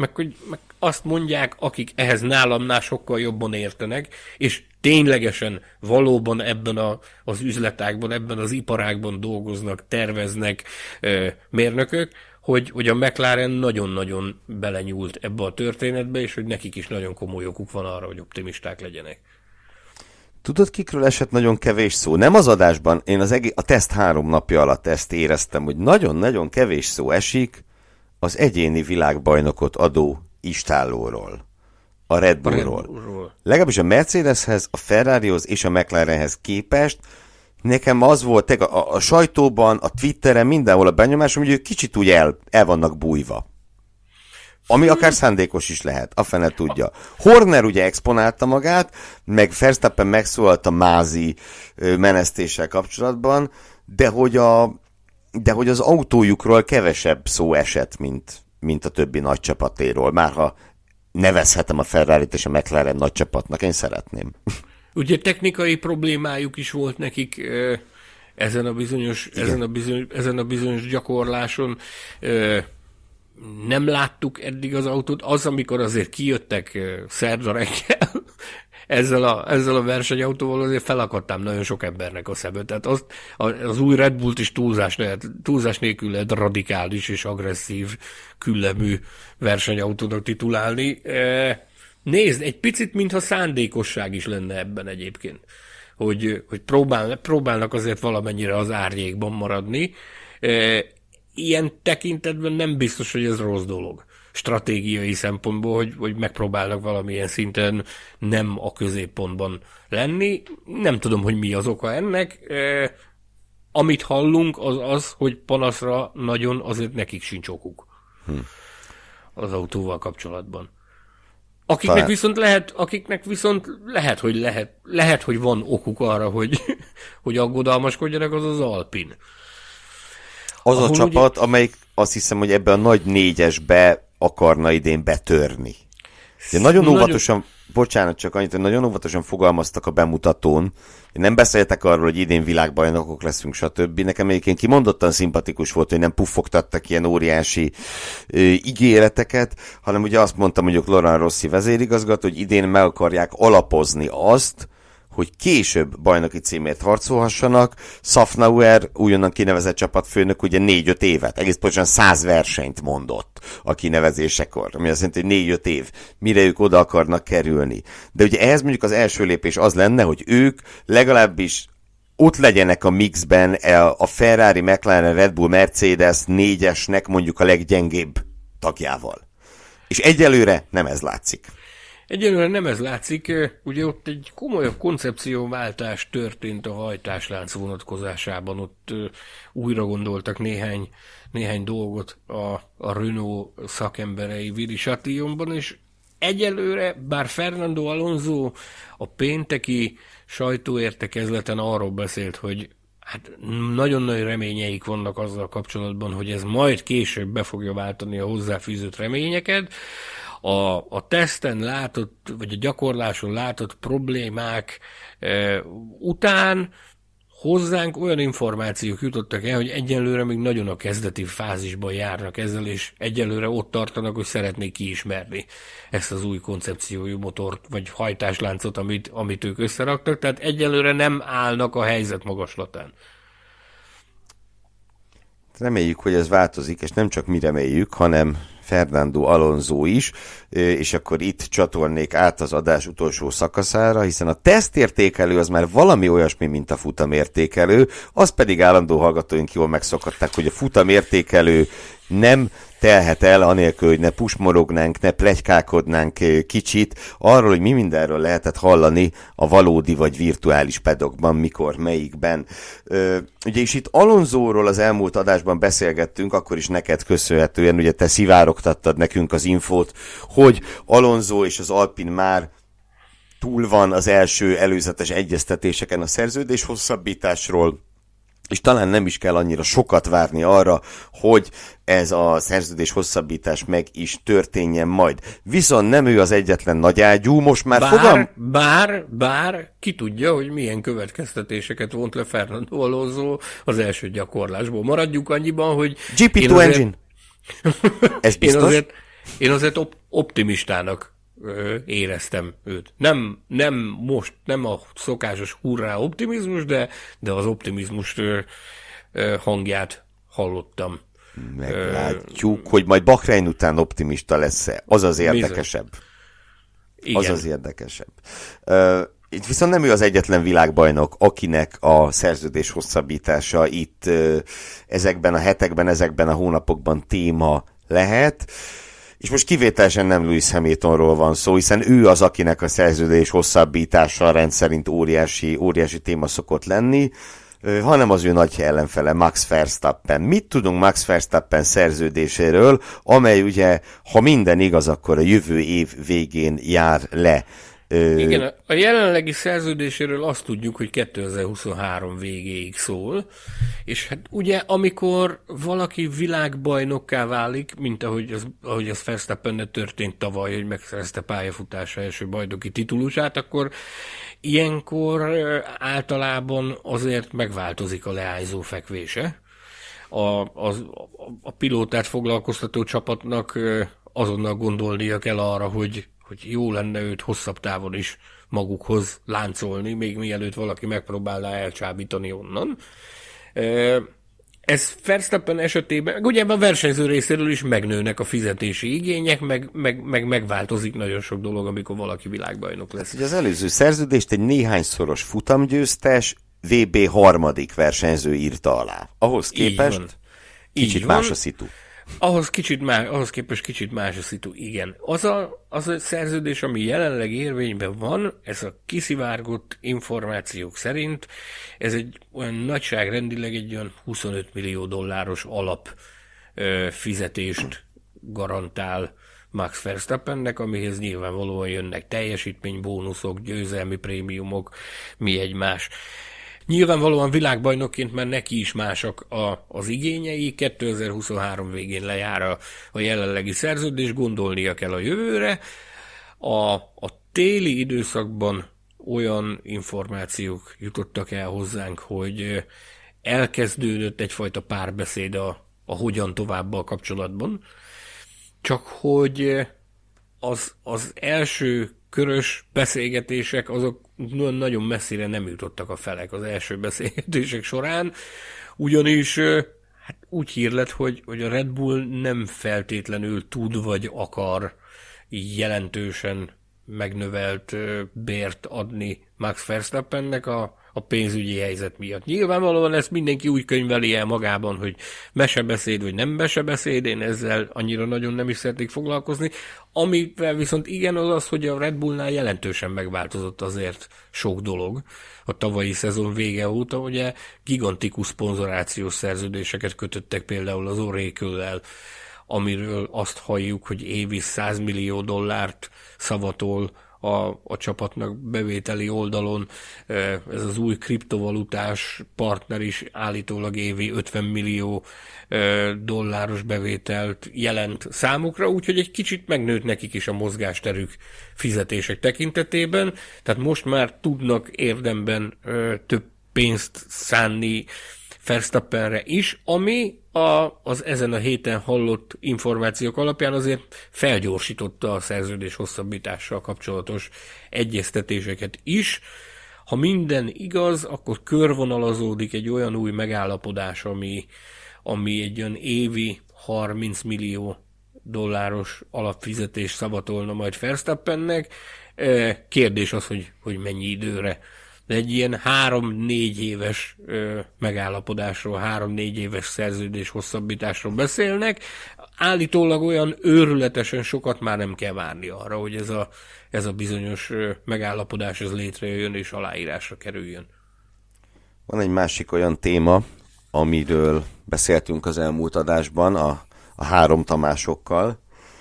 B: azt mondják, akik ehhez nálamnál sokkal jobban értenek, és ténylegesen valóban ebben az üzletágban, ebben az iparágban dolgoznak, terveznek mérnökök, hogy a McLaren nagyon-nagyon belenyúlt ebbe a történetbe, és hogy nekik is nagyon komoly okuk van arra, hogy optimisták legyenek.
C: Tudod, kikről esett nagyon kevés szó? Nem az adásban, én a teszt 3 napja alatt ezt éreztem, hogy nagyon-nagyon kevés szó esik az egyéni világbajnokot adó istállóról, a Red Bullról. Legalábbis a Mercedeshez, a Ferrarihoz és a McLarenhez képest nekem az volt a sajtóban, a Twitteren, mindenhol a benyomásom, hogy ők kicsit úgy el vannak bújva. Ami akár szándékos is lehet, a fene tudja. Horner ugye exponálta magát, meg Verstappen megszólalt a mázi menesztéssel kapcsolatban, de hogy az autójukról kevesebb szó esett, mint a többi nagy csapatéről. Már ha nevezhetem a Ferrarit és a McLaren nagy csapatnak, én szeretném.
B: Ugye technikai problémájuk is volt nekik ezen a bizonyos gyakorláson. Nem láttuk eddig az autót. Az, amikor azért kijöttek szerda reggel ezzel a versenyautóval, azért felakadtam nagyon sok embernek a szeme. Tehát az új Red Bullt is túlzás nélkül lehet radikális és agresszív küllemű versenyautónak titulálni. Nézd, egy picit, mintha szándékosság is lenne ebben egyébként. Hogy próbálnak azért valamennyire az árnyékban maradni. Ilyen tekintetben nem biztos, hogy ez rossz dolog. Stratégiai szempontból, hogy megpróbálnak valamilyen szinten nem a középpontban lenni. Nem tudom, hogy mi az oka ennek. amit hallunk, az, hogy panaszra nagyon azért nekik sincs okuk az autóval kapcsolatban. Akiknek viszont lehet, hogy van okuk arra, hogy aggodalmaskodjanak, az Alpine.
C: Az a csapat, amelyik azt hiszem, hogy ebbe a nagy négyesbe akarna idén betörni. De nagyon óvatosan, bocsánat, csak annyit, hogy nagyon óvatosan fogalmaztak a bemutatón. Én nem beszéltek arról, hogy idén világbajnokok leszünk, stb. Nekem egyébként kimondottan szimpatikus volt, hogy nem puffogtattak ilyen óriási ígéreteket, hanem ugye azt mondtam, mondjuk Laurent Rossi vezérigazgató, hogy idén meg akarják alapozni azt, hogy később bajnoki címért harcolhassanak. Szafnauer, újonnan kinevezett csapatfőnök, ugye 4-5 évet, egész pontosan 100 versenyt mondott a kinevezésekor, ami azt jelenti, hogy 4-5 év, mire ők oda akarnak kerülni. De ugye ehhez mondjuk az első lépés az lenne, hogy ők legalábbis ott legyenek a mixben a Ferrari, McLaren, Red Bull, Mercedes 4-esnek mondjuk a leggyengébb tagjával. És egyelőre nem ez látszik.
B: Egyelőre nem ez látszik, ugye ott egy komolyabb koncepcióváltás történt a hajtáslánc vonatkozásában, ott újra gondoltak néhány dolgot a Renault szakemberei Viri Chatillonban, és egyelőre, bár Fernando Alonso a pénteki sajtóértekezleten arról beszélt, hogy hát nagyon nagy reményeik vannak azzal kapcsolatban, hogy ez majd később be fogja váltani a hozzáfűzött reményeket. A teszten látott, vagy a gyakorláson látott problémák után hozzánk olyan információk jutottak el, hogy egyelőre még nagyon a kezdeti fázisban járnak ezzel, és egyelőre ott tartanak, hogy szeretnék kiismerni ezt az új koncepciójú motort, vagy hajtásláncot, amit ők összeraktak, tehát egyelőre nem állnak a helyzet magaslatán.
C: Reméljük, hogy ez változik, és nem csak mi reméljük, hanem Fernando Alonso is, és akkor itt csatornék át az adás utolsó szakaszára, hiszen a tesztértékelő az már valami olyasmi, mint a futamértékelő, az pedig állandó hallgatóink jól megszokhatták, hogy a futamértékelő nem telhet el anélkül, hogy ne pusmorognánk, ne pletykálkodnánk kicsit arról, hogy mi mindenről lehetett hallani a valódi vagy virtuális pedokban, mikor, melyikben. Ugye és itt Alonsóról az elmúlt adásban beszélgettünk, akkor is neked köszönhetően, ugye te szivárogtattad nekünk az infót, hogy Alonso és az Alpine már túl van az első előzetes egyeztetéseken a szerződés hosszabbításról, és talán nem is kell annyira sokat várni arra, hogy ez a szerződés hosszabbítás meg is történjen majd. Viszont nem ő az egyetlen nagyágyú, most már
B: Bár ki tudja, hogy milyen következtetéseket vont le Fernando Alonso az első gyakorlásból. Maradjuk annyiban, hogy...
C: GP2 engine. Ez biztos?
B: Én azért optimistának éreztem őt. Nem a szokásos hurrá optimizmus, de az optimizmus hangját hallottam.
C: Meglátjuk, hogy majd Bahrein után optimista lesz-e. Az az érdekesebb. Az az érdekesebb. Itt viszont nem ő az egyetlen világbajnok, akinek a szerződés hosszabbítása itt ezekben a hetekben, ezekben a hónapokban téma lehet. És most kivételesen nem Lewis Hamiltonról van szó, hiszen ő az, akinek a szerződés hosszabbítása rendszerint óriási téma szokott lenni, hanem az ő nagy ellenfele Max Verstappen. Mit tudunk Max Verstappen szerződéséről, amely ugye, ha minden igaz, akkor a jövő év végén jár le?
B: Igen, a jelenlegi szerződéséről azt tudjuk, hogy 2023 végéig szól, és hát ugye amikor valaki világbajnokká válik, mint ahogy az Verstappennek történt tavaly, hogy megszerezte pályafutása első bajnoki titulusát, akkor ilyenkor általában azért megváltozik a leányzó fekvése. A pilótát foglalkoztató csapatnak azonnal gondolnia kell arra, hogy jó lenne őt hosszabb távon is magukhoz láncolni, még mielőtt valaki megpróbálná elcsábítani onnan. Ez Verstappen esetében, ugye a versenyző részéről is megnőnek a fizetési igények, meg megváltozik nagyon sok dolog, amikor valaki világbajnok lesz.
C: Ugye az előző szerződést egy néhányszoros futamgyőztes VB harmadik versenyző írta alá. Ahhoz képest kicsit más a szitu.
B: Ahhoz képest kicsit más a szitu, igen. Az a szerződés, ami jelenleg érvényben van, ez a kiszivárgott információk szerint, ez egy olyan nagyságrendileg egy olyan 25 millió dolláros alap fizetést garantál Max Verstappennek, amihez nyilvánvalóan jönnek teljesítménybónuszok, győzelmi prémiumok, mi egymás. Nyilvánvalóan világbajnokként már neki is másak az igényei, 2023 végén lejár a jelenlegi szerződés, gondolnia kell a jövőre. A téli időszakban olyan információk jutottak el hozzánk, hogy elkezdődött egyfajta párbeszéd a hogyan továbbal kapcsolatban, csak hogy az első körös beszélgetések, azok nagyon messzire nem jutottak a felek az első beszélgetések során, ugyanis hát úgy hír lett, hogy a Red Bull nem feltétlenül tud vagy akar jelentősen megnövelt bért adni Max Verstappennek a pénzügyi helyzet miatt. Nyilvánvalóan ezt mindenki úgy könyveli el magában, hogy mesebeszéd vagy nem mesebeszéd, én ezzel annyira nagyon nem is szeretnék foglalkozni. Amivel viszont igen, az, hogy a Red Bullnál jelentősen megváltozott azért sok dolog a tavalyi szezon vége óta, ugye gigantikus szponzorációs szerződéseket kötöttek például az Oracle-lel, amiről azt halljuk, hogy évi 100 millió dollárt szavatol a csapatnak bevételi oldalon. Ez az új kriptovalutás partner is állítólag évi 50 millió dolláros bevételt jelent számukra, úgyhogy egy kicsit megnőtt nekik is a mozgásterük fizetések tekintetében, tehát most már tudnak érdemben több pénzt szánni Verstappenre is, ami az ezen a héten hallott információk alapján azért felgyorsította a szerződés hosszabbítással kapcsolatos egyeztetéseket is. Ha minden igaz, akkor körvonalazódik egy olyan új megállapodás, ami egy olyan évi 30 millió dolláros alapfizetés szavatolna majd Verstappennek. Kérdés az, hogy mennyi időre. De egy ilyen 3-4 éves megállapodásról, 3-4 éves szerződés hosszabbításról beszélnek. Állítólag olyan őrületesen sokat már nem kell várni arra, hogy ez a bizonyos megállapodás ez létrejöjjön és aláírásra kerüljön.
C: Van egy másik olyan téma, amiről beszéltünk az elmúlt adásban, a három Tamásokkal.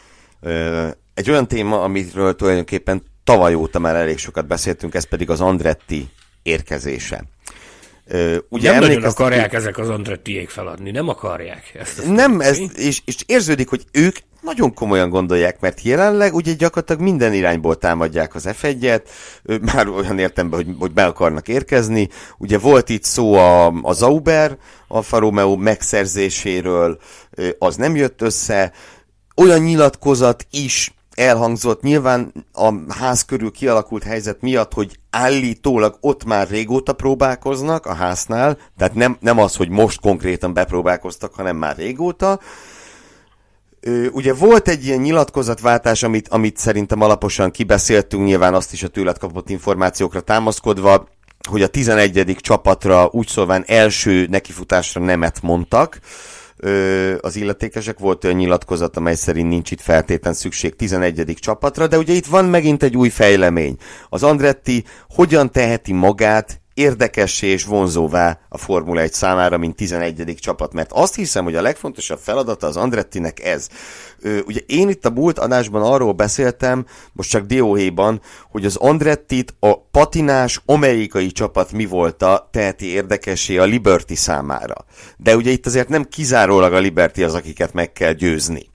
C: Egy olyan téma, amiről tulajdonképpen tavaly óta már elég sokat beszéltünk, ez pedig az Andretti érkezése.
B: Ugye nem nagyon akarják ezek az Andrettiék feladni, nem akarják ezt.
C: Nem, és érződik, hogy ők nagyon komolyan gondolják, mert jelenleg ugye gyakorlatilag minden irányból támadják az F1-et, már olyan értelemben, hogy be akarnak érkezni. Ugye volt itt szó a Sauber, Alfa Romeo megszerzéséről, az nem jött össze. Olyan nyilatkozat is elhangzott nyilván a ház körül kialakult helyzet miatt, hogy állítólag ott már régóta próbálkoznak a háznál, tehát nem az, hogy most konkrétan bepróbálkoztak, hanem már régóta. Ugye volt egy ilyen nyilatkozatváltás, amit szerintem alaposan kibeszéltünk, nyilván azt is a tőled kapott információkra támaszkodva, hogy a 11. csapatra úgy szólván első nekifutásra nemet mondtak. Az illetékesek, volt olyan nyilatkozat, amely szerint nincs itt feltétlen szükség 11. csapatra, de ugye itt van megint egy új fejlemény. Az Andretti hogyan teheti magát érdekessé és vonzóvá a Formula 1 számára, mint 11. csapat, mert azt hiszem, hogy a legfontosabb feladata az Andrettinek ez. Ugye én itt a múlt adásban arról beszéltem, most csak dióhéjban, hogy az Andrettit a patinás amerikai csapat mi volta teheti érdekessé a Liberty számára. De ugye itt azért nem kizárólag a Liberty az, akiket meg kell győzni.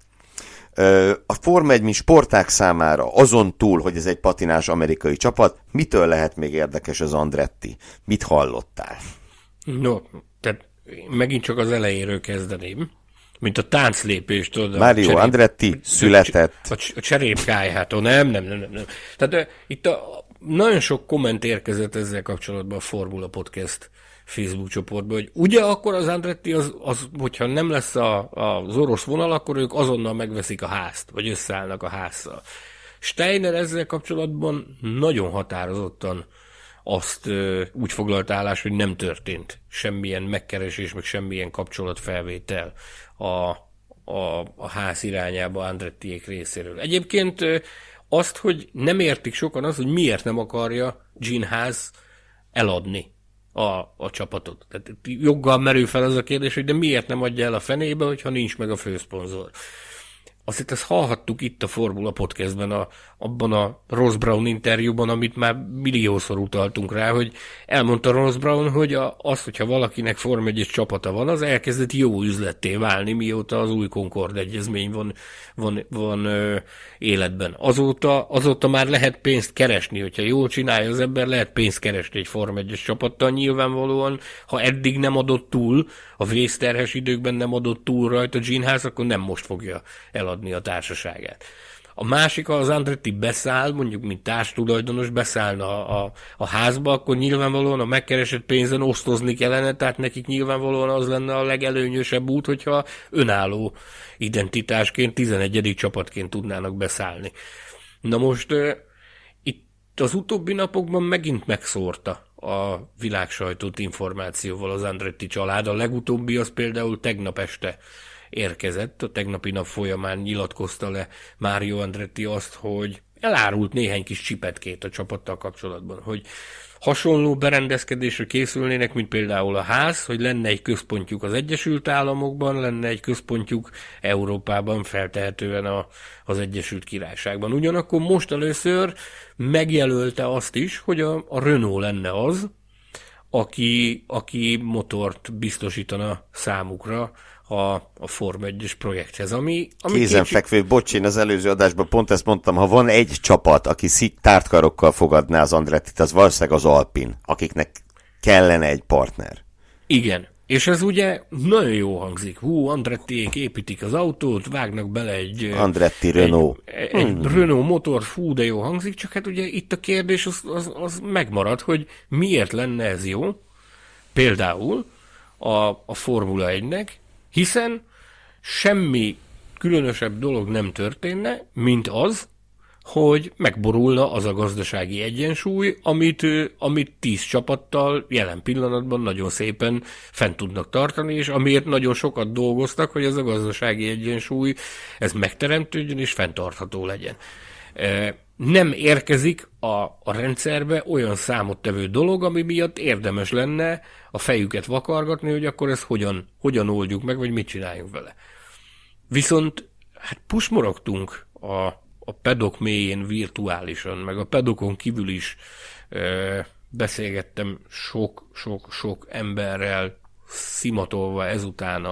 C: A Forma 1 sportág számára azon túl, hogy ez egy patinás amerikai csapat, mitől lehet még érdekes az Andretti? Mit hallottál?
B: No, tehát megint csak az elejéről kezdeném, mint a tánclépést.
C: Mario Andretti született.
B: A cserépkályhától, nem. Tehát itt nagyon sok komment érkezett ezzel kapcsolatban a Formula Podcast Facebook csoportban, hogy ugye akkor az Andretti, az hogyha nem lesz az orosz vonal, akkor ők azonnal megveszik a házt, vagy összeállnak a házzal. Steiner ezzel kapcsolatban nagyon határozottan azt úgy foglalt állás, hogy nem történt semmilyen megkeresés, meg semmilyen kapcsolatfelvétel a ház irányába Andrettiék részéről. Egyébként azt, hogy nem értik sokan az, hogy miért nem akarja Gene Haas eladni a csapatot. Tehát joggal merül fel az a kérdés, hogy de miért nem adja el a fenébe, hogyha nincs meg a főszponzor. Azt ezt hallhattuk itt a Formula Podcastben, abban a Ross Brown interjúban, amit már milliószor utaltunk rá, hogy elmondta Ross Brown, hogy hogyha valakinek Form 1-es csapata van, az elkezdett jó üzletté válni, mióta az új Concord egyezmény van életben. Azóta már lehet pénzt keresni, hogyha jól csinálja az ember, lehet pénzt keresni egy Form 1-es csapattal. Nyilvánvalóan, ha eddig nem adott túl, a vészterhes időkben nem adott túl rajta Gene Haas, akkor nem most fogja eladni a társaságát. A másik, ha az Andretti beszáll, mondjuk mint társtulajdonos beszállna a házba, akkor nyilvánvalóan a megkeresett pénzen osztozni kellene, tehát nekik nyilvánvalóan az lenne a legelőnyösebb út, hogyha önálló identitásként, 11. csapatként tudnának beszállni. Na most itt az utóbbi napokban megint megszórta a világsajtót információval az Andretti család. A legutóbbi az például tegnap este érkezett, a tegnapi nap folyamán nyilatkozta le Mario Andretti azt, hogy elárult néhány kis csipetkét a csapattal kapcsolatban, hogy hasonló berendezkedésre készülnének, mint például a ház, hogy lenne egy központjuk az Egyesült Államokban, lenne egy központjuk Európában, feltehetően az Egyesült Királyságban. Ugyanakkor most először megjelölte azt is, hogy a Renault lenne az, aki motort biztosítana számukra a Form 1-es projekthez, ami
C: kézenfekvő, bocs, én az előző adásban pont ezt mondtam, ha van egy csapat, aki tártkarokkal fogadná az Andrettit, az valószínűleg az Alpin, akiknek kellene egy partner.
B: Igen, és ez ugye nagyon jó hangzik. Andrettiék építik az autót, vágnak bele egy
C: Andretti Renault.
B: Egy Renault motor, de jó hangzik, csak hát ugye itt a kérdés az megmarad, hogy miért lenne ez jó, például a Formula 1-nek, hiszen semmi különösebb dolog nem történne, mint az, hogy megborulna az a gazdasági egyensúly, amit 10 csapattal jelen pillanatban nagyon szépen fent tudnak tartani, és amiért nagyon sokat dolgoztak, hogy ez a gazdasági egyensúly ez megteremtődjön és fenntartható legyen. Nem érkezik a rendszerbe olyan számottevő dolog, ami miatt érdemes lenne a fejüket vakargatni, hogy akkor ezt hogyan oldjuk meg, vagy mit csináljunk vele. Viszont hát pusmorogtunk a pedok mélyén virtuálisan, meg a pedokon kívül is beszélgettem sok emberrel, szimatolva ezután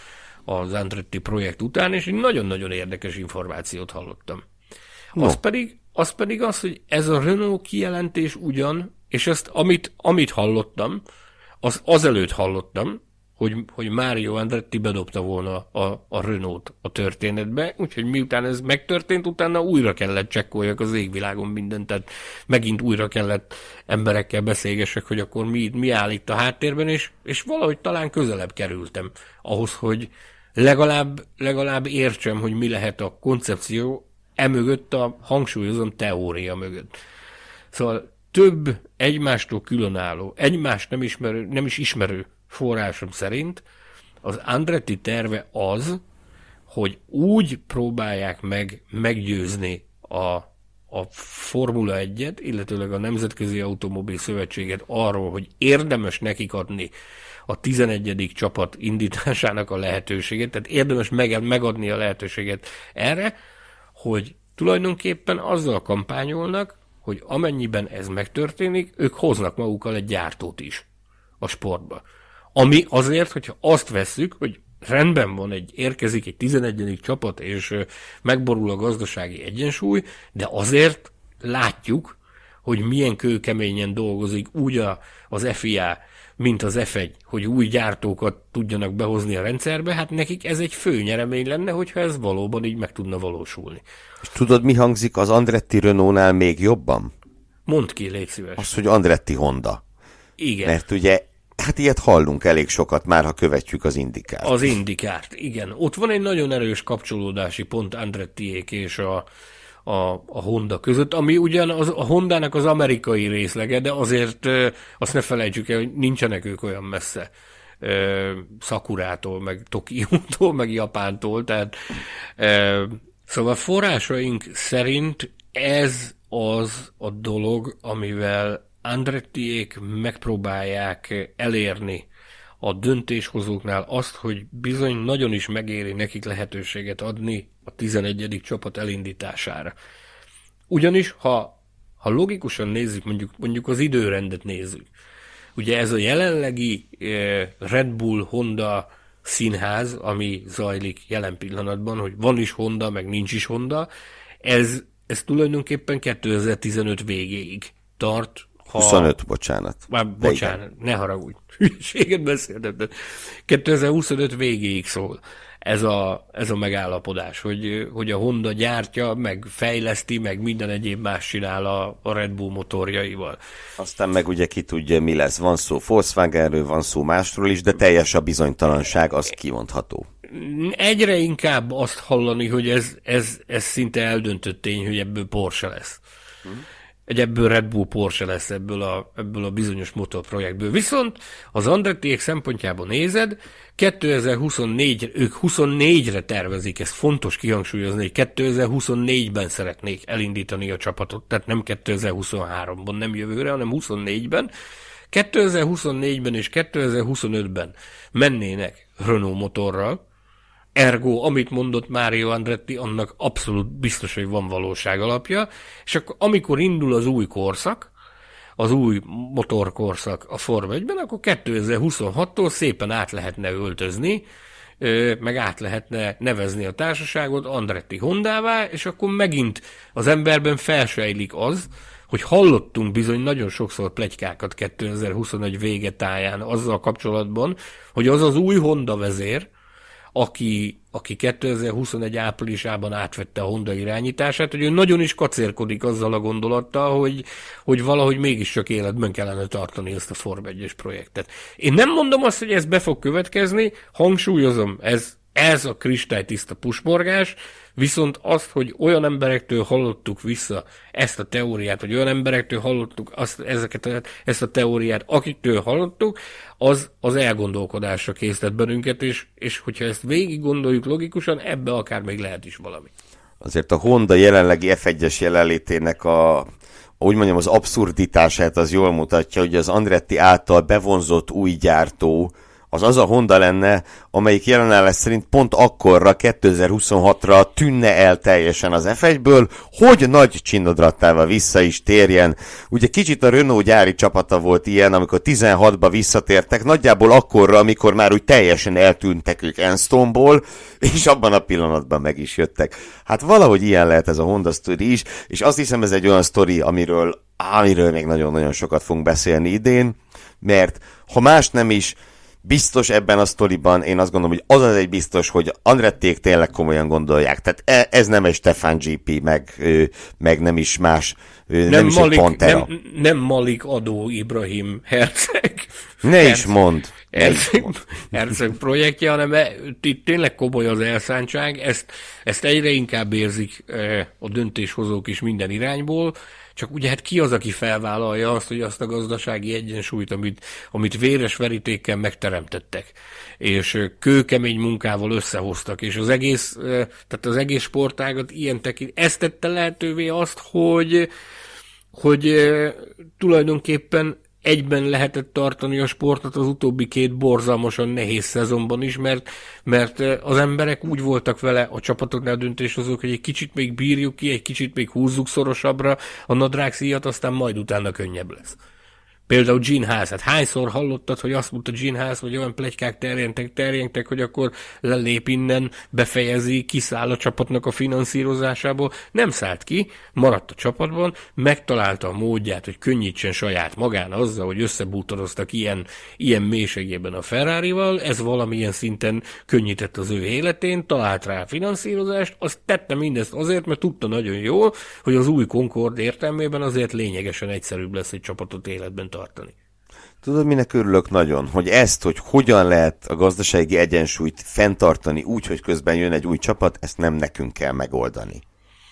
B: az Andretti projekt után, és egy nagyon-nagyon érdekes információt hallottam. No. Az pedig az, hogy ez a Renault kijelentés ugyan, és ezt amit hallottam, azelőtt hallottam, hogy Mario Andretti bedobta volna a Renault a történetbe, úgyhogy miután ez megtörtént, utána újra kellett csekkoljak az égvilágon mindent, tehát megint újra kellett emberekkel beszélgessek, hogy akkor mi áll itt a háttérben, és valahogy talán közelebb kerültem ahhoz, hogy legalább értsem, hogy mi lehet a koncepció emögött a hangsúlyozom teória mögött. Szóval több egymástól különálló, egymást nem is ismerő forrásom szerint az Andretti terve az, hogy úgy próbálják meggyőzni a Formula 1-et, illetőleg a Nemzetközi Automobil Szövetséget arról, hogy érdemes nekik adni a 11. csapat indításának a lehetőséget, tehát érdemes megadni a lehetőséget erre, hogy tulajdonképpen azzal kampányolnak, hogy amennyiben ez megtörténik, ők hoznak magukkal egy gyártót is a sportba. Ami azért, hogyha azt vesszük, hogy rendben van, érkezik egy 11. csapat, és megborul a gazdasági egyensúly, de azért látjuk, hogy milyen kőkeményen dolgozik úgy az FIA, mint az F1, hogy új gyártókat tudjanak behozni a rendszerbe, hát nekik ez egy fő nyeremény lenne, hogyha ez valóban így meg tudna valósulni.
C: És tudod, mi hangzik az Andretti Renault-nál még jobban?
B: Mondd ki, légy szíves.
C: Az, hogy Andretti Honda.
B: Igen.
C: Mert ugye, hát ilyet hallunk elég sokat már, ha követjük az Indikárt.
B: Az Indikárt, igen. Ott van egy nagyon erős kapcsolódási pont Andrettiék és a Honda között, ami ugyan a Hondának az amerikai részlege, de azért azt ne felejtsük el, hogy nincsenek ők olyan messze Szakurától, meg Tokiótól, meg Japántól, tehát szóval forrásaink szerint ez az a dolog, amivel Andrettiék megpróbálják elérni a döntéshozóknál azt, hogy bizony nagyon is megéri nekik lehetőséget adni a 11. csapat elindítására. Ugyanis, ha logikusan nézzük, mondjuk az időrendet nézzük, ugye ez a jelenlegi Red Bull Honda színház, ami zajlik jelen pillanatban, hogy van is Honda, meg nincs is Honda, ez tulajdonképpen 2015 végéig tart.
C: 25, bocsánat.
B: Bocsánat, ne haragudj. Hülyeséget beszéltem, de 2025 végéig szól ez a megállapodás, hogy a Honda gyártja, meg fejleszti, meg minden egyéb más csinál a Red Bull motorjaival.
C: Aztán meg ugye ki tudja, mi lesz. Van szó Volkswagenről, van szó másról is, de teljes a bizonytalanság, az kimondható.
B: Egyre inkább azt hallani, hogy ez szinte eldöntött tény, hogy ebből Porsche lesz. Ebből Red Bull Porsche lesz ebből a bizonyos motorprojektből. Viszont az Andrettiék szempontjából nézed, 2024, ők 24-re tervezik, ez fontos kihangsúlyozni, hogy 2024-ben szeretnék elindítani a csapatot, tehát nem 2023-ban, nem jövőre, hanem 24-ben. 2024-ben és 2025-ben mennének Renault motorral, ergo, amit mondott Mario Andretti, annak abszolút biztos, hogy van valóság alapja, és akkor amikor indul az új korszak, az új motorkorszak a Forma 1-ben, akkor 2026-tól szépen át lehetne öltözni, meg át lehetne nevezni a társaságot Andretti Hondává, és akkor megint az emberben felsejlik az, hogy hallottunk bizony nagyon sokszor pletykákat 2021 vége táján azzal kapcsolatban, hogy az az új Honda vezér, aki 2021 áprilisában átvette a Honda irányítását, hogy ő nagyon is kacérkodik azzal a gondolattal, hogy valahogy mégiscsak életben kellene tartani ezt a Forma 1-es projektet. Én nem mondom azt, hogy ez be fog következni, hangsúlyozom, ez a kristálytiszta pusmorgás, viszont azt, hogy olyan emberektől hallottuk vissza ezt a teóriát, vagy olyan emberektől hallottuk ezt a teóriát, akiktől hallottuk, az elgondolkodásra késztet bennünket, és hogyha ezt végig gondoljuk logikusan, ebbe akár még lehet is valami.
C: Azért a Honda jelenlegi F1-es jelenlétének úgy mondjam, az abszurditását az jól mutatja, hogy az Andretti által bevonzott új gyártó az a Honda lenne, amelyik jelenállás szerint pont akkorra, 2026-ra tűnne el teljesen az F1-ből, hogy nagy csinadrattával vissza is térjen. Ugye kicsit a Renault gyári csapata volt ilyen, amikor 16-ba visszatértek, nagyjából akkorra, amikor már úgy teljesen eltűntek ők Enstone-ból, és abban a pillanatban meg is jöttek. Hát valahogy ilyen lehet ez a Honda sztori is, és azt hiszem ez egy olyan sztori, amiről még nagyon-nagyon sokat fogunk beszélni idén, mert ha más nem is, biztos ebben a sztoriban, én azt gondolom, hogy az egy biztos, hogy Andrettiék tényleg komolyan gondolják. Tehát ez nem egy Stefan GP, meg nem is más, nem is egy Pantera.
B: Nem Malik Adó Ibrahim Herceg.
C: Is mondd.
B: Herceg projektje, hanem itt tényleg komoly az elszántság. Ezt egyre inkább érzik a döntéshozók is minden irányból. Csak ugye hát ki az, aki felvállalja azt, hogy azt a gazdasági egyensúlyt, amit véres verítékkel megteremtettek, és kőkemény munkával összehoztak, és az egész sportágat ilyen tekint. Ez tette lehetővé azt, hogy tulajdonképpen egyben lehetett tartani a sportot az utóbbi 2 borzalmasan nehéz szezonban is, mert az emberek úgy voltak vele, a csapatoknál döntéshozók, hogy egy kicsit még bírjuk ki, egy kicsit még húzzuk szorosabbra a nadrágszíjat, aztán majd utána könnyebb lesz. Például Gene Haas, hát hányszor hallottad, hogy azt mondta Gene Haas, hogy olyan pletykák terjengtek, hogy akkor lelép innen, befejezi, kiszáll a csapatnak a finanszírozásából. Nem szállt ki, maradt a csapatban, megtalálta a módját, hogy könnyítsen saját magán azzal, hogy összebútoroztak ilyen mélységében a Ferrarival, ez valamilyen szinten könnyített az ő életén, talált rá finanszírozást, azt tette mindezt azért, mert tudta nagyon jól, hogy az új Concorde értelmében azért lényegesen egyszerűbb lesz egy csapatot életben tartani.
C: Tudod, minek örülök nagyon? Hogy hogy hogyan lehet a gazdasági egyensúlyt fenntartani úgy, hogy közben jön egy új csapat, ezt nem nekünk kell megoldani.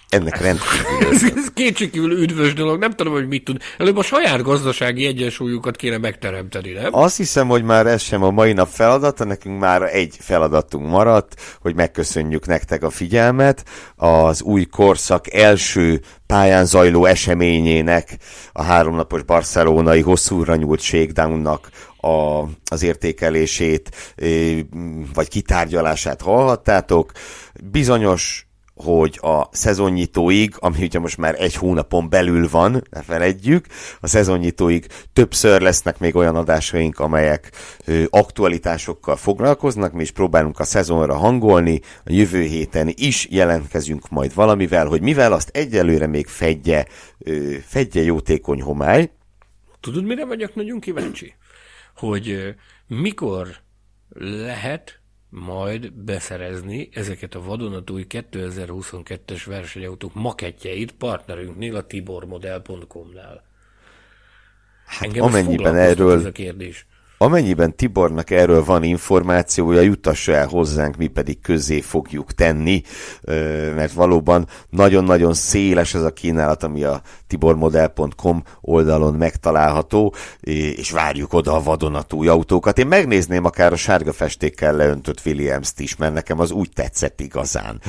C: ennek rendkívül
B: ez kétségkívül üdvös dolog, nem tudom, hogy mit tud. Előbb a saját gazdasági egyensúlyukat kéne megteremteni, nem?
C: Azt hiszem, hogy már ez sem a mai nap feladata, nekünk már egy feladatunk maradt, hogy megköszönjük nektek a figyelmet. Az új korszak első pályán zajló eseményének, a 3 napos barcelonai hosszúra nyúlt shakedownnak az értékelését, vagy kitárgyalását hallhattátok. Bizonyos, hogy a szezonnyitóig, ami ugye most már 1 hónapon belül van, ne feledjük, a szezonnyitóig többször lesznek még olyan adásaink, amelyek aktualitásokkal foglalkoznak, mi is próbálunk a szezonra hangolni, a jövő héten is jelentkezünk majd valamivel, hogy mivel azt egyelőre még fedje jótékony homály.
B: Tudod, mire vagyok nagyon kíváncsi? Hogy mikor lehet majd beszerezni ezeket a vadonatúj 2022-es versenyautók makettjeit partnerünknél, a tibormodel.com-nál.
C: Hát amennyiben erről...
B: ez a kérdés.
C: Amennyiben Tibornak erről van információja, juttassa el hozzánk, mi pedig közzé fogjuk tenni, mert valóban nagyon-nagyon széles ez a kínálat, ami a tibormodel.com oldalon megtalálható, és várjuk oda a vadonatúj autókat. Én megnézném akár a sárga festékkel leöntött Williams-t is, mert nekem az úgy tetszett igazán.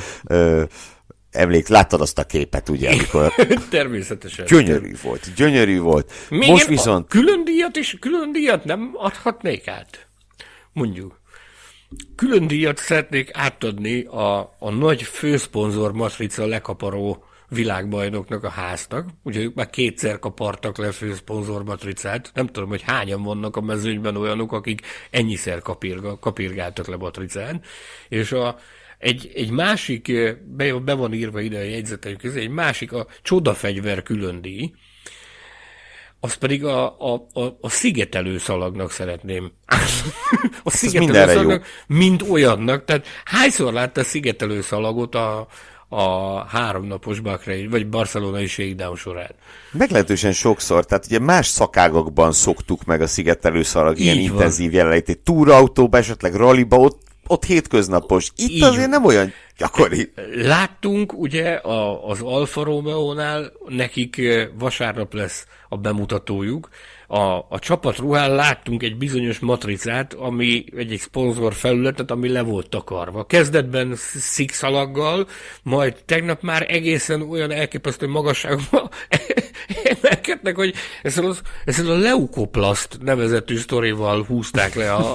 C: Láttad azt a képet, ugye, amikor...
B: Természetesen.
C: Gyönyörű volt.
B: Még
C: most viszont...
B: Külön díjat nem adhatnék át? Mondjuk. Külön díjat szeretnék átadni a nagy főszponzor matrica lekaparó világbajnoknak, a Háznak. Ugye ők már 2-szer kapartak le főszponzor matricát. Nem tudom, hogy hányan vannak a mezőnyben olyanok, akik ennyiszer kapirgáltak le matricán. És egy másik, be van írva ide a jegyzeteim közé, egy másik a csodafegyver különdíj, azt pedig a szigetelőszalagnak szeretném. A szigetelőszalagnak, mint olyannak. Tehát hányszor látta a szigetelőszalagot a 3 napos Bahrein, vagy barcelonai shakedown során?
C: Meglehetősen sokszor, tehát ugye más szakágakban szoktuk meg a szigetelőszalag ilyen intenzív jelenlétét. Túraautóba, esetleg ralliba, ott hétköznapos. Itt így azért nem olyan gyakori.
B: Láttunk ugye az Alfa Romeo-nál, nekik vasárnap lesz a bemutatójuk. A csapatruhán láttunk egy bizonyos matricát, ami egy szponzor felületet, ami le volt takarva. Kezdetben szikszalaggal, majd tegnap már egészen olyan elképesztő magasságban emelkednek, hogy ezzel a leukoplaszt nevezetű sztorival húzták le a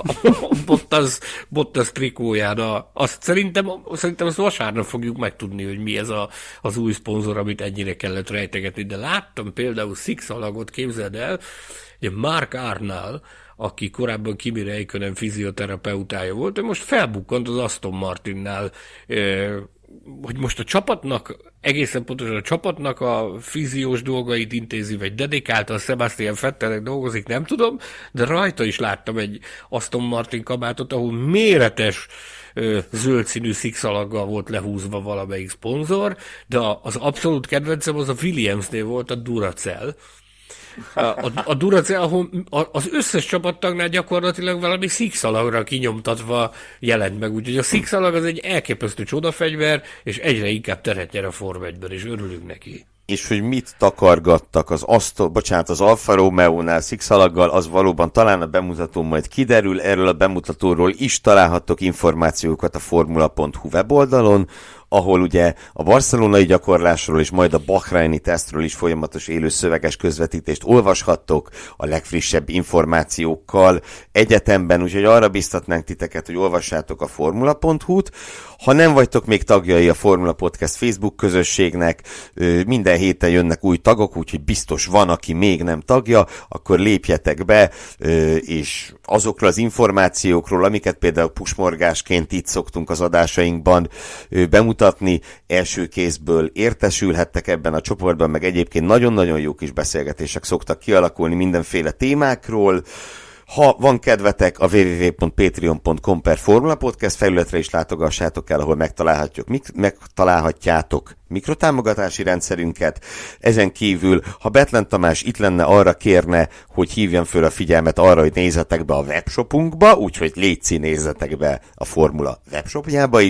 B: Bottas trikóján. Szerintem azt vasárnap fogjuk megtudni, hogy mi ez az új szponzor, amit ennyire kellett rejtegetni. De láttam például szikszalagot, képzeld el, ugye Mark Arnall, aki korábban Kimi Räikkönen fizioterapeutája volt, de most felbukkant az Aston Martinnál, hogy most a csapatnak, egészen pontosan a csapatnak a fiziós dolgait intézi, vagy dedikáltan Sebastian Vettelnek dolgozik, nem tudom, de rajta is láttam egy Aston Martin kabátot, ahol méretes zöld színű szikszalaggal volt lehúzva valamelyik szponzor, de az abszolút kedvencem az a Williamsnél volt, a Duracell. A Duracell, ahol az összes csapattagnál gyakorlatilag valami szikszalagra kinyomtatva jelent meg, úgyhogy a szikszalag az egy elképesztő csodafegyver, és egyre inkább teret nyer a Form 1-ben, és örülünk neki.
C: És hogy mit takargattak az Alfa Romeo-nál szikszalaggal, az valóban talán a bemutatón majd kiderül, erről a bemutatóról is találhattok információkat a formula.hu weboldalon, ahol ugye a barcelonai gyakorlásról és majd a bahreini tesztről is folyamatos élő szöveges közvetítést olvashattok a legfrissebb információkkal egyetemben, úgyhogy arra biztatnánk titeket, hogy olvassátok a formula.hu-t. Ha nem vagytok még tagjai a Formula Podcast Facebook közösségnek, minden héten jönnek új tagok, úgyhogy biztos van, aki még nem tagja, akkor lépjetek be, és azokról az információkról, amiket például pusmorgásként itt szoktunk az adásainkban bemutatni, első kézből értesülhettek ebben a csoportban, meg egyébként nagyon-nagyon jó kis beszélgetések szoktak kialakulni mindenféle témákról. Ha van kedvetek, a www.patreon.com/formulapodcast felületre is látogassátok el, ahol megtalálhatjátok mikrotámogatási rendszerünket. Ezen kívül, ha Betlen Tamás itt lenne, arra kérne, hogy hívjam föl a figyelmet arra, hogy nézzetek be a webshopunkba, úgyhogy létszi, nézzetek be a Formula webshopjába is.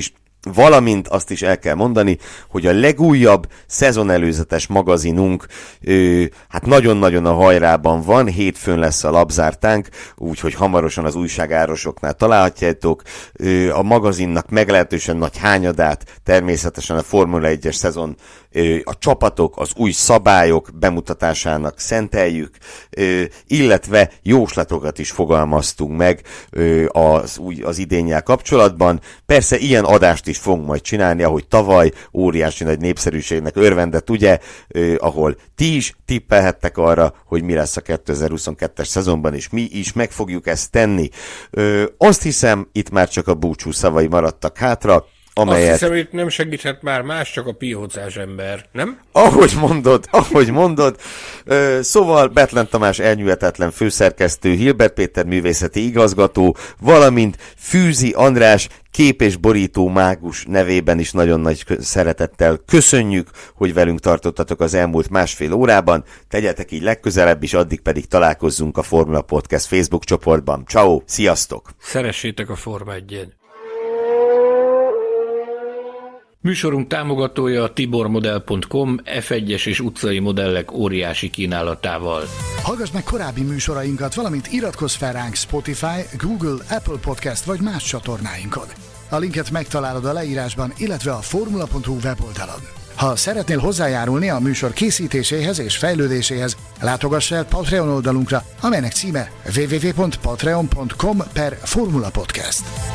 C: Valamint azt is el kell mondani, hogy a legújabb szezonelőzetes magazinunk hát nagyon-nagyon a hajrában van, hétfőn lesz a lapzártánk, úgyhogy hamarosan az újságárosoknál találhatjátok. A magazinnak meglehetősen nagy hányadát természetesen a Formula 1-es szezon, a csapatok, az új szabályok bemutatásának szenteljük, illetve jóslatokat is fogalmaztunk meg az idénnyel kapcsolatban. Persze ilyen adást is fogunk majd csinálni, ahogy tavaly óriási nagy népszerűségnek örvendett, ugye, ahol ti is tippelhettek arra, hogy mi lesz a 2022-es szezonban, és mi is meg fogjuk ezt tenni. Azt hiszem, itt már csak a búcsú szavai maradtak hátra, amelyet...
B: Azt hiszem, itt nem segíthet már más, csak a piócás ember, nem?
C: Ahogy mondod. Szóval Betlen Tamás elnyűhetetlen főszerkesztő, Hilbert Péter művészeti igazgató, valamint Fűzi András kép- és borító mágus nevében is nagyon nagy szeretettel köszönjük, hogy velünk tartottatok az elmúlt másfél órában. Tegyetek így legközelebb is, addig pedig találkozzunk a Formula Podcast Facebook csoportban. Ciao, sziasztok!
B: Szeressétek a Forma 1-en! Műsorunk támogatója a tibormodel.com, F1-es és utcai modellek óriási kínálatával.
A: Hallgass meg korábbi műsorainkat, valamint iratkozz fel ránk Spotify, Google, Apple Podcast vagy más csatornáinkon. A linket megtalálod a leírásban, illetve a formula.hu weboldalon. Ha szeretnél hozzájárulni a műsor készítéséhez és fejlődéséhez, látogass el Patreon oldalunkra, amelynek címe www.patreon.com/formulapodcast.